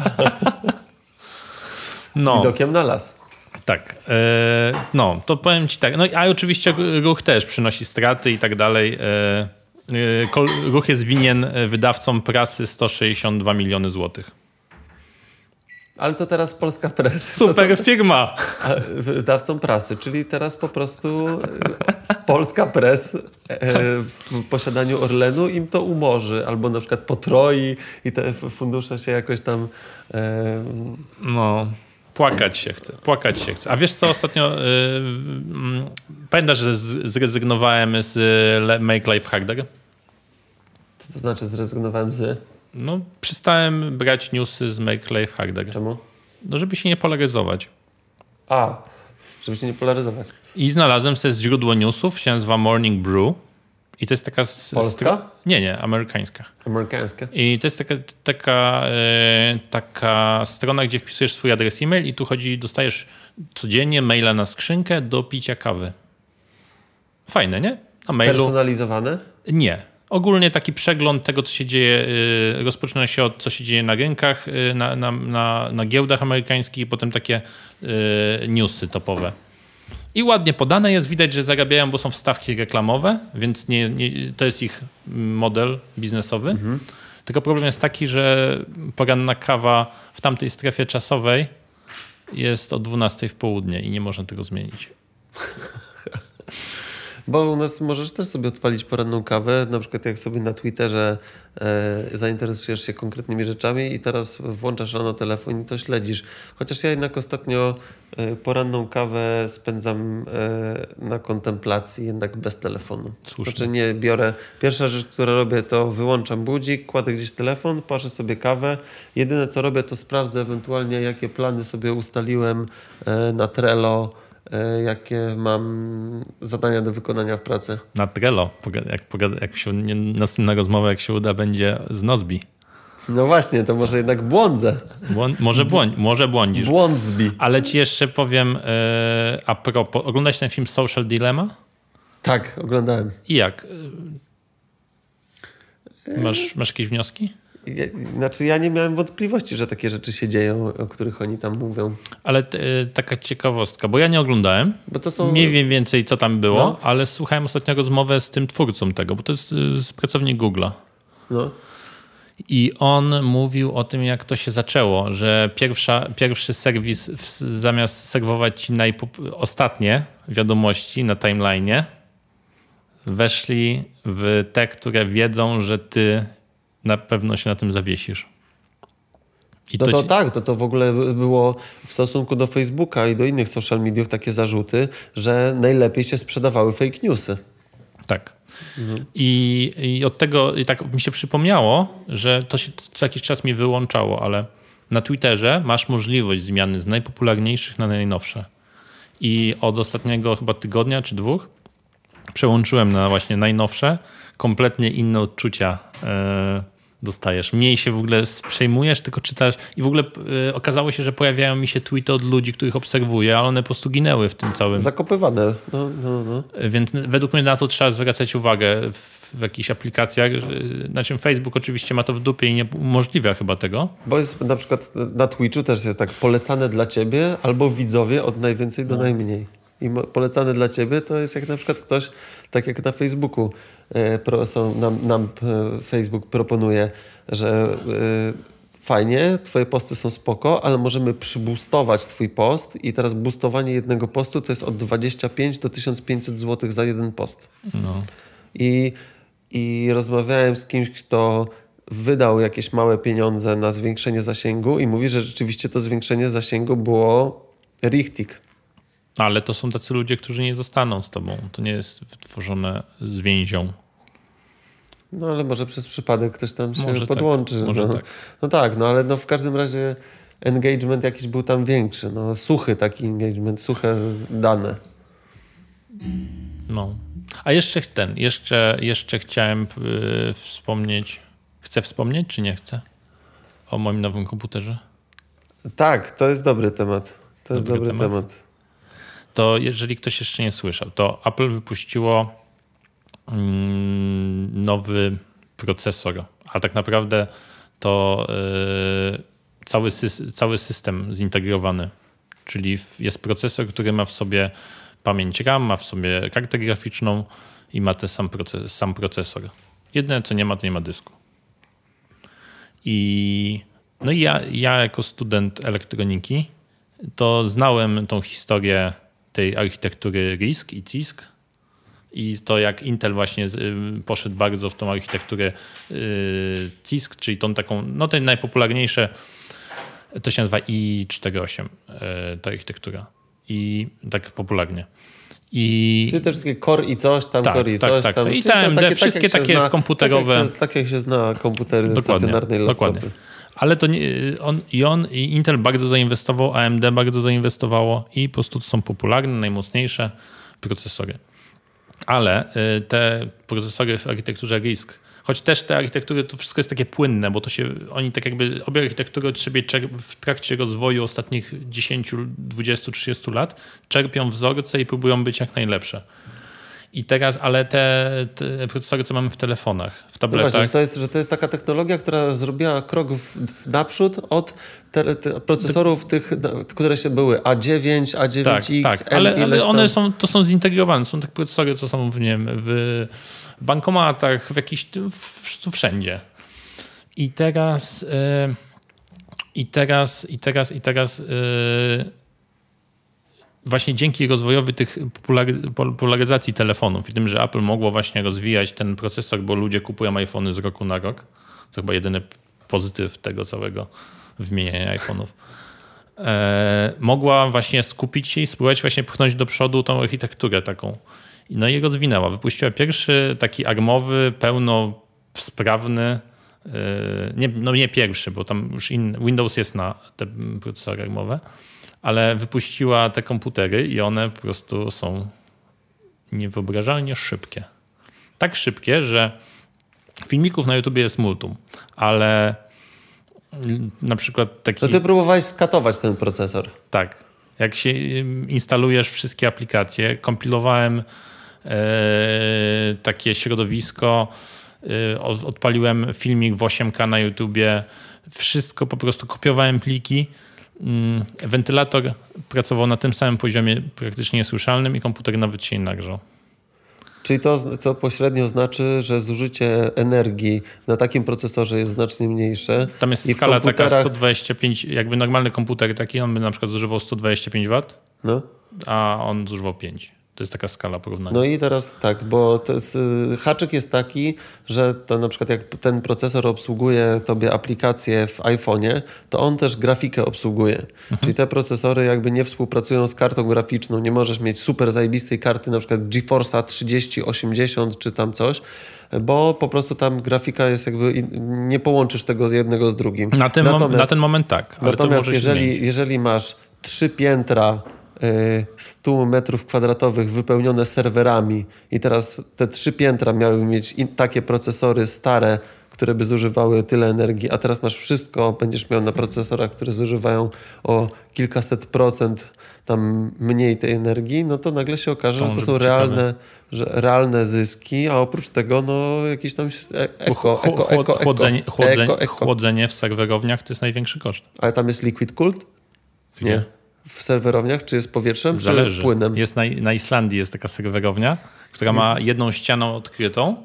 Z widokiem na las. Tak. To powiem ci tak. A oczywiście ruch też przynosi straty i tak dalej. Ruch jest winien wydawcom prasy 162 miliony złotych. Ale to teraz Polska Press. Super firma! Wydawcą prasy, czyli teraz po prostu Polska Press w posiadaniu Orlenu im to umorzy, albo na przykład potroi i te fundusze się jakoś tam... Płakać się chce. A wiesz co, ostatnio pamiętasz, że zrezygnowałem z Make Life Harder? Co to znaczy zrezygnowałem z? Przestałem brać newsy z Make Life Harder. Czemu? Żeby się nie polaryzować. Żeby się nie polaryzować. I znalazłem sobie źródło newsów, się nazywa Morning Brew. I to jest taka... Polska? Nie, amerykańska. Amerykańska. I to jest taka strona, gdzie wpisujesz swój adres e-mail i tu dostajesz codziennie maila na skrzynkę do picia kawy. Fajne, nie? Na mailu. Personalizowane? Nie. Ogólnie taki przegląd tego, co się dzieje, rozpoczyna się od co się dzieje na rynkach, na giełdach amerykańskich i potem takie newsy topowe. I ładnie podane jest, widać, że zarabiają, bo są wstawki reklamowe, więc to jest ich model biznesowy. Mhm. Tylko problem jest taki, że poranna kawa w tamtej strefie czasowej jest o 12 w południe i nie można tego zmienić. Bo u nas możesz też sobie odpalić poranną kawę, na przykład jak sobie na Twitterze zainteresujesz się konkretnymi rzeczami i teraz włączasz rano telefon i to śledzisz. Chociaż ja jednak ostatnio poranną kawę spędzam na kontemplacji, jednak bez telefonu. Słusznie. Znaczy nie biorę. Pierwsza rzecz, którą robię, to wyłączam budzik, kładę gdzieś telefon, parzę sobie kawę. Jedyne co robię, to sprawdzę ewentualnie, jakie plany sobie ustaliłem na Trello, jakie mam zadania do wykonania w pracy. Na Trello. Jak się następna rozmowa, jak się uda, będzie z Nozbi. No właśnie, to może jednak błądzę. Może błądzisz. Błądzbi. Ale ci jeszcze powiem a propos. Oglądałeś ten film Social Dilemma? Tak, oglądałem. I jak? Masz jakieś wnioski? Ja nie miałem wątpliwości, że takie rzeczy się dzieją, o których oni tam mówią. Ale taka ciekawostka, bo ja nie oglądałem. Bo to są... Nie wiem więcej, co tam było, ale słuchałem ostatnio rozmowę z tym twórcą tego, bo to jest pracownik Google'a. No. I on mówił o tym, jak to się zaczęło, że pierwszy serwis zamiast serwować ci ostatnie wiadomości na timeline'ie, weszli w te, które wiedzą, że ty na pewno się na tym zawiesisz. I to w ogóle było w stosunku do Facebooka i do innych social mediów takie zarzuty, że najlepiej się sprzedawały fake newsy. Tak. I od tego i tak mi się przypomniało, że to się co jakiś czas mi wyłączało, ale na Twitterze masz możliwość zmiany z najpopularniejszych na najnowsze. I od ostatniego chyba tygodnia czy 2 przełączyłem na właśnie najnowsze. Kompletnie inne odczucia dostajesz. Mniej się w ogóle przejmujesz, tylko czytasz. I w ogóle okazało się, że pojawiają mi się tweety od ludzi, których obserwuję, ale one po prostu ginęły w tym całym. Zakopywane. No. Więc według mnie na to trzeba zwracać uwagę w jakichś aplikacjach. Znaczy Facebook oczywiście ma to w dupie i nie umożliwia chyba tego. Bo jest na przykład na Twitchu też jest tak polecane dla ciebie albo widzowie od najwięcej do najmniej. I polecane dla ciebie to jest jak na przykład ktoś, tak jak na Facebooku nam Facebook proponuje, że fajnie, twoje posty są spoko, ale możemy przyboostować twój post i teraz boostowanie jednego postu to jest od 25 do 1500 zł za jeden post. No. I rozmawiałem z kimś, kto wydał jakieś małe pieniądze na zwiększenie zasięgu i mówi, że rzeczywiście to zwiększenie zasięgu było richtig. Ale to są tacy ludzie, którzy nie zostaną z tobą. To nie jest wytworzone z więzią. No ale może przez przypadek ktoś tam się może podłączy. Tak, może tak. No tak, no ale no w każdym razie engagement jakiś był tam większy. No, suchy taki engagement, suche dane. No. A jeszcze chciałem wspomnieć. Chcę wspomnieć, czy nie chcę? O moim nowym komputerze? Tak, to jest dobry temat. To jest dobry temat. To jeżeli ktoś jeszcze nie słyszał, to Apple wypuściło nowy procesor, a tak naprawdę to cały system zintegrowany, czyli jest procesor, który ma w sobie pamięć RAM, ma w sobie kartę graficzną i ma ten sam procesor. Jedyne co nie ma, to nie ma dysku. I ja jako student elektroniki to znałem tą historię tej architektury RISC i CISC i to jak Intel właśnie poszedł bardzo w tą architekturę CISC, czyli tą taką, no te najpopularniejsze, to się nazywa i48, ta architektura. I tak popularnie. Czyli te wszystkie Core i coś tam, Core i coś tam. I te AMD, wszystkie takie komputerowe. Tak jak się zna komputery stacjonarne i laptopy. Dokładnie. Ale to i Intel bardzo zainwestował, AMD bardzo zainwestowało i po prostu to są popularne, najmocniejsze procesory. Ale te procesory w architekturze RISC, choć też te architektury to wszystko jest takie płynne, bo to się, oni tak jakby obie architektury od siebie w trakcie rozwoju ostatnich 10, 20, 30 lat czerpią wzorce i próbują być jak najlepsze. I teraz, ale te procesory, co mamy w telefonach, w tabletach... No właśnie, że to jest taka technologia, która zrobiła krok naprzód od procesorów tych, które się były A9, A9X, tak, ale one są zintegrowane. Są takie procesory, co są w bankomatach, wszędzie. I teraz właśnie dzięki rozwojowi tych popularyzacji telefonów i tym, że Apple mogło właśnie rozwijać ten procesor, bo ludzie kupują iPhony z roku na rok. To chyba jedyny pozytyw tego całego wymieniania iPhone'ów. Mogła właśnie skupić się i spróbować właśnie pchnąć do przodu tą architekturę taką. No i rozwinęła. Wypuściła pierwszy taki ARMowy, pełnosprawny, nie pierwszy, bo tam już Windows jest na te procesory ARMowe, ale wypuściła te komputery i one po prostu są niewyobrażalnie szybkie. Tak szybkie, że filmików na YouTubie jest multum, ale Na przykład taki... To ty próbowałeś skatować ten procesor. Tak. Jak się instalujesz wszystkie aplikacje, kompilowałem takie środowisko, odpaliłem filmik w 8K na YouTubie, wszystko po prostu kopiowałem pliki. Wentylator pracował na tym samym poziomie praktycznie niesłyszalnym i komputer nawet się nie nagrzał. Czyli to, co pośrednio znaczy, że zużycie energii na takim procesorze jest znacznie mniejsze. Tam jest skala taka 125, jakby normalny komputer taki, on by na przykład zużywał 125 W, a on zużywał 5. To jest taka skala porównania. No i teraz tak, bo haczyk jest taki, że to na przykład jak ten procesor obsługuje tobie aplikacje w iPhone'ie, to on też grafikę obsługuje. Czyli te procesory jakby nie współpracują z kartą graficzną. Nie możesz mieć super zajebistej karty, na przykład GeForce'a 3080 czy tam coś, bo po prostu tam grafika jest jakby... Nie połączysz tego jednego z drugim. Na ten moment tak. Ale natomiast jeżeli masz 3 piętra 100 metrów kwadratowych wypełnione serwerami i teraz te 3 piętra miały mieć takie procesory stare, które by zużywały tyle energii, a teraz masz wszystko, będziesz miał na procesorach, które zużywają o kilkaset procent tam mniej tej energii, no to nagle się okaże, że to są realne zyski, a oprócz tego no jakieś tam chłodzenie w serwerowniach to jest największy koszt. Ale tam jest liquid cooled? Nie. W serwerowniach, czy jest powietrzem, Zależy. Czy płynem? Jest na Islandii jest taka serwerownia, która ma jedną ścianą odkrytą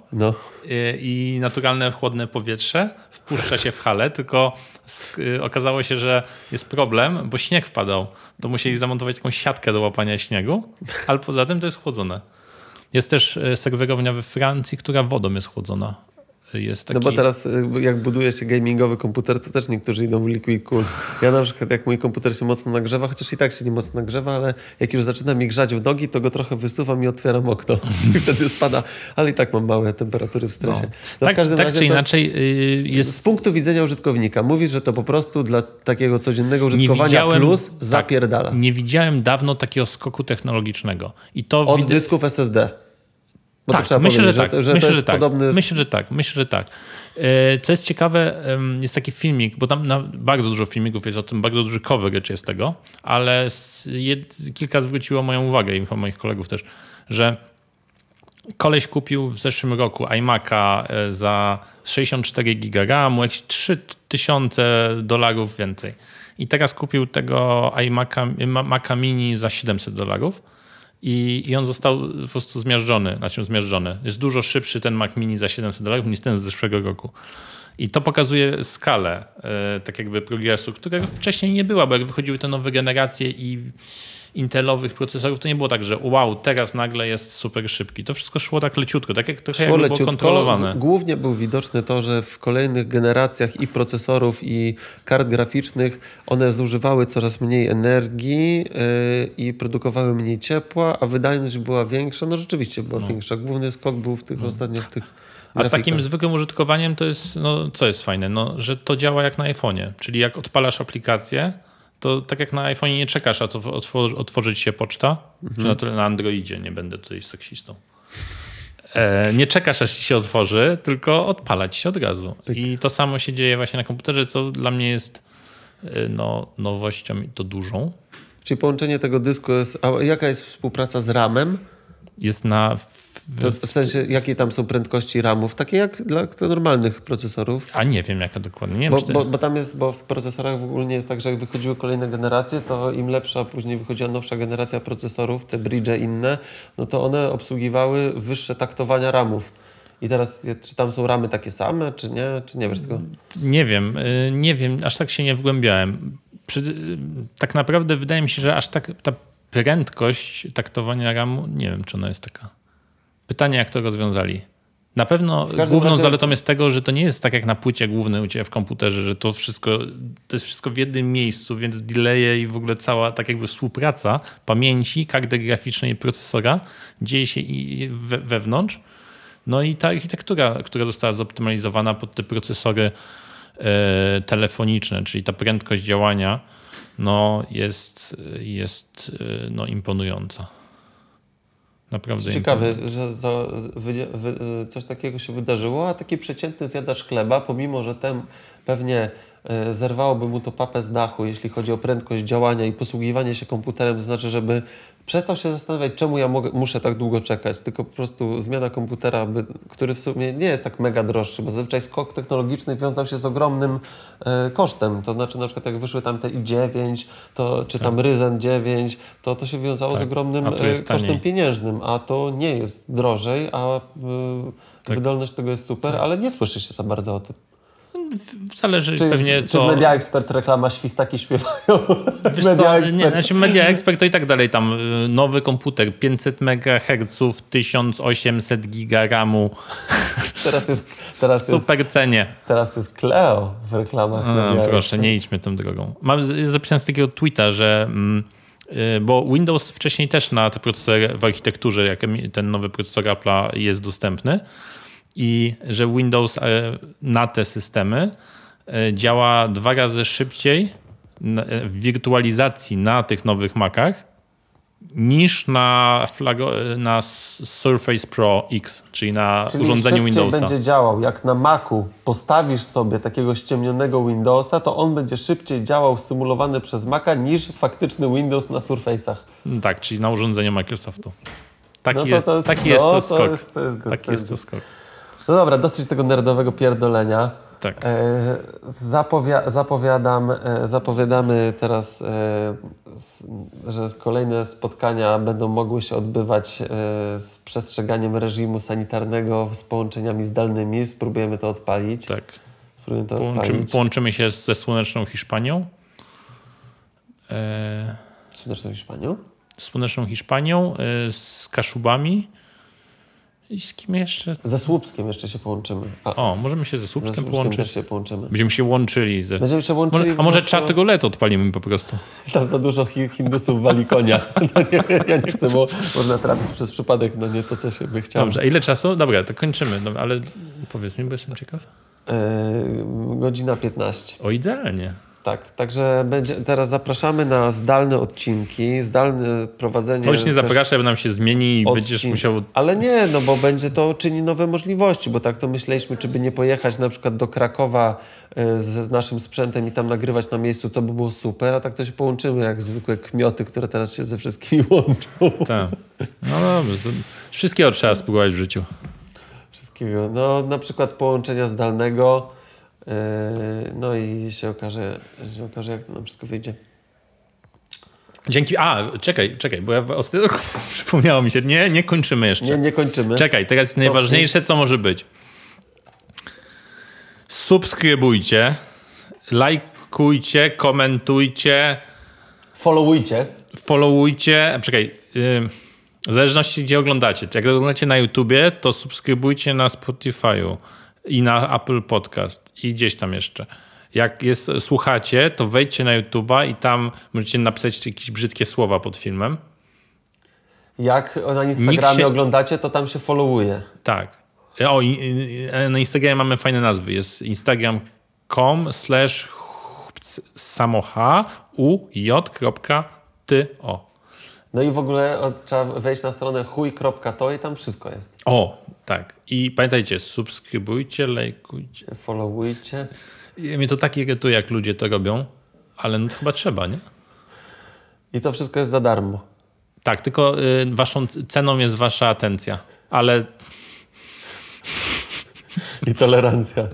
i naturalne chłodne powietrze wpuszcza się w halę, tylko okazało się, że jest problem, bo śnieg wpadał. To musieli zamontować jakąś siatkę do łapania śniegu, ale poza tym to jest chłodzone. Jest też serwerownia we Francji, która wodą jest chłodzona. Jest taki... No bo teraz jak buduje się gamingowy komputer, to też niektórzy idą w liquid cool. Ja na przykład jak mój komputer się mocno nagrzewa, chociaż i tak się nie mocno nagrzewa, ale jak już zaczyna mi grzać w nogi, to go trochę wysuwam i otwieram okno i wtedy spada, ale i tak mam małe temperatury w stresie. No tak, w każdym razie czy inaczej jest... Z punktu widzenia użytkownika mówisz, że to po prostu dla takiego codziennego użytkowania plus zapierdala. Nie widziałem dawno takiego skoku technologicznego. I to od dysków SSD. Bo tak, myślę, że tak. Myślę, że tak. Co jest ciekawe, jest taki filmik, bo tam bardzo dużo filmików jest o tym, bardzo duży coverage jest tego, ale kilka zwróciło moją uwagę i moich kolegów też, że koleś kupił w zeszłym roku iMac'a za 64 GB RAMu, jakieś $3000 więcej. I teraz kupił tego Maca Mini za $700. I on został po prostu zmiażdżony. Jest dużo szybszy ten Mac Mini za $700 niż ten z zeszłego roku. I to pokazuje skalę tak jakby progresu, którego wcześniej nie była, bo jak wychodziły te nowe generacje i intelowych procesorów, to nie było tak, że wow, teraz nagle jest super szybki. To wszystko szło tak leciutko, tak jak trochę jakby było kontrolowane. Głównie był widoczny to, że w kolejnych generacjach i procesorów, i kart graficznych one zużywały coraz mniej energii i produkowały mniej ciepła, a wydajność była większa. No rzeczywiście była większa. Główny skok był ostatnio w tych grafikach. A z takim zwykłym użytkowaniem to jest, co jest fajne, że to działa jak na iPhone'ie. Czyli jak odpalasz aplikację, to tak jak na iPhone'ie nie czekasz, a to otworzyć się poczta, czy na Androidzie, nie będę tutaj seksistą. Nie czekasz, aż ci się otworzy, tylko odpalać się od razu. I to samo się dzieje właśnie na komputerze, co dla mnie jest nowością i to dużą. Czyli połączenie tego dysku jest... A jaka jest współpraca z RAM-em? Jest w sensie, jakie tam są prędkości RAM-ów? Takie jak dla normalnych procesorów? A nie wiem, jaka dokładnie. Nie bo tam jest, bo w procesorach w ogóle jest tak, że jak wychodziły kolejne generacje, to im lepsza, później wychodziła nowsza generacja procesorów, te bridge inne, no to one obsługiwały wyższe taktowania RAM-ów. I teraz, czy tam są ramy takie same, czy nie? Czy nie wiesz tego? Nie wiem, aż tak się nie wgłębiałem. Tak naprawdę wydaje mi się, że aż tak ta prędkość taktowania RAM-u, nie wiem, czy ona jest taka. Pytanie, jak to rozwiązali. Na pewno główną zaletą jest tego, że to nie jest tak jak na płycie głównej u ciebie w komputerze, że to jest wszystko w jednym miejscu, więc delaye i w ogóle cała tak jakby współpraca pamięci, karty graficznej i procesora dzieje się wewnątrz. No i ta architektura, która została zoptymalizowana pod te procesory telefoniczne, czyli ta prędkość działania, jest imponująca. Naprawdę ciekawe, że coś takiego się wydarzyło, a taki przeciętny zjadacz chleba, pomimo że pewnie zerwałoby mu to papę z dachu, jeśli chodzi o prędkość działania i posługiwanie się komputerem, to znaczy, żeby przestał się zastanawiać, czemu ja muszę tak długo czekać, tylko po prostu zmiana komputera, który w sumie nie jest tak mega droższy, bo zazwyczaj skok technologiczny wiązał się z ogromnym kosztem. To znaczy na przykład jak wyszły tam te i9, czy tam Ryzen 9, to się wiązało z ogromnym kosztem pieniężnym, a to nie jest drożej, a wydolność tego jest super, ale nie słyszy się za bardzo o tym. Zależy pewnie czy Media Expert reklama świstaki śpiewają? Media Expert to i tak dalej tam nowy komputer 500 MHz, 1800 GB RAMu. Teraz super cenie. Teraz jest Cleo w reklamach. Proszę, nie idźmy tą drogą. Mam zapisane z takiego tweeta, że bo Windows wcześniej też na te procesory w architekturze, jak ten nowy procesor Apple'a jest dostępny, i że Windows na te systemy działa 2 razy szybciej w wirtualizacji na tych nowych Macach niż na Surface Pro X, czyli na urządzeniu Windowsa. Będzie działał. Jak na Macu postawisz sobie takiego ściemnionego Windowsa, to on będzie szybciej działał symulowany przez Maca niż faktyczny Windows na Surface'ach. Tak, czyli na urządzeniu Microsoftu. Taki jest to skok. Taki jest to skok. No dobra, dosyć tego nerdowego pierdolenia. Tak. Zapowiadamy teraz, że kolejne spotkania będą mogły się odbywać z przestrzeganiem reżimu sanitarnego z połączeniami zdalnymi. Spróbujemy to odpalić. Tak. Połączymy się ze słoneczną Hiszpanią. Słoneczną Hiszpanią? Z słoneczną Hiszpanią, z Kaszubami. I z kim jeszcze? Ze Słupskiem jeszcze się połączymy. Możemy się ze Słupskiem połączyć. Też się połączymy. Będziemy się łączyli. A może czat roulette odpalimy po prostu. Tam za dużo Hindusów wali konia. Ja nie chcę, bo można trafić przez przypadek nie to, co się by chciało. Dobrze, a ile czasu? Dobra, to kończymy. No, ale powiedz mi, bo jestem ciekaw. Godzina 15. O, idealnie. Tak, także teraz zapraszamy na zdalne odcinki, zdalne prowadzenie... Choć nie zapraszaj, bo nam się zmieni i będziesz musiał... Ale nie, bo będzie to czyni nowe możliwości, bo tak to myśleliśmy, czy by nie pojechać na przykład do Krakowa z naszym sprzętem i tam nagrywać na miejscu, to by było super, a tak to się połączymy jak zwykłe kmioty, które teraz się ze wszystkimi łączą. Tak. No dobrze, wszystkiego trzeba spróbować w życiu. Wszystkiego. No na przykład połączenia zdalnego... No i się okaże, jak to nam wszystko wyjdzie. Dzięki. Czekaj, bo ja ostatnio przypomniało mi się. Nie kończymy jeszcze. Nie kończymy. Czekaj, teraz jest najważniejsze, co może być. Subskrybujcie, lajkujcie, komentujcie. Followujcie. Czekaj, w zależności gdzie oglądacie. Jak oglądacie na YouTubie, to subskrybujcie na Spotify'u i na Apple Podcast i gdzieś tam jeszcze. Jak słuchacie, to wejdźcie na YouTube'a i tam możecie napisać jakieś brzydkie słowa pod filmem. Jak na Instagramie oglądacie, to tam się followuje. Tak. Na Instagramie mamy fajne nazwy. Jest instagram.com/samohuj.to. No i w ogóle trzeba wejść na stronę chuj.to i tam wszystko jest. Tak. I pamiętajcie, subskrybujcie, lajkujcie. Followujcie. Mnie to tak irytuje, jak ludzie to robią, ale no to chyba trzeba, nie? I to wszystko jest za darmo. Tak, tylko waszą ceną jest wasza atencja, ale... I tolerancja.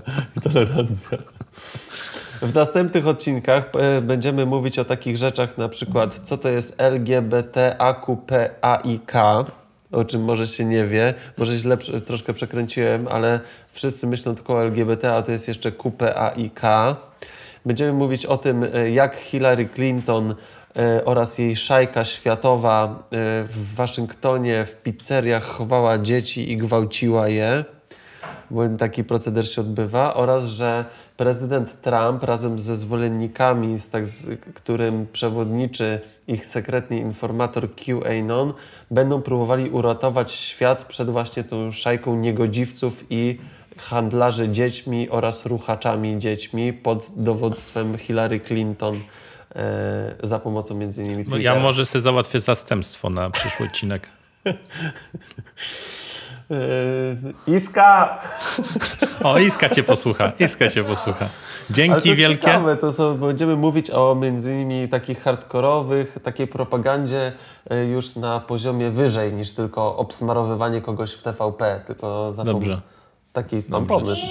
W następnych odcinkach będziemy mówić o takich rzeczach, na przykład co to jest LGBTAQPAIK, o czym może się nie wie, może źle troszkę przekręciłem, ale wszyscy myślą tylko o LGBT, a to jest jeszcze QPAIK. Będziemy mówić o tym, jak Hillary Clinton oraz jej szajka światowa w Waszyngtonie w pizzeriach chowała dzieci i gwałciła je, bo taki proceder się odbywa, oraz że prezydent Trump razem ze zwolennikami, którym przewodniczy ich sekretny informator QAnon, będą próbowali uratować świat przed właśnie tą szajką niegodziwców i handlarzy dziećmi oraz ruchaczami dziećmi pod dowództwem Hillary Clinton za pomocą między innymi Twittera. Ja może sobie załatwię zastępstwo na przyszły odcinek. Iska! O, Iska cię posłucha. Dzięki Ale to jest wielkie. ciekawe, będziemy mówić o między innymi takich hardkorowych, takiej propagandzie już na poziomie wyżej niż tylko obsmarowywanie kogoś w TVP, tylko za Dobrze. Taki mam pomysł.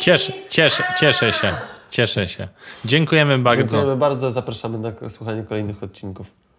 Cieszę się. Dziękujemy bardzo. Dziękujemy bardzo, zapraszamy na słuchanie kolejnych odcinków.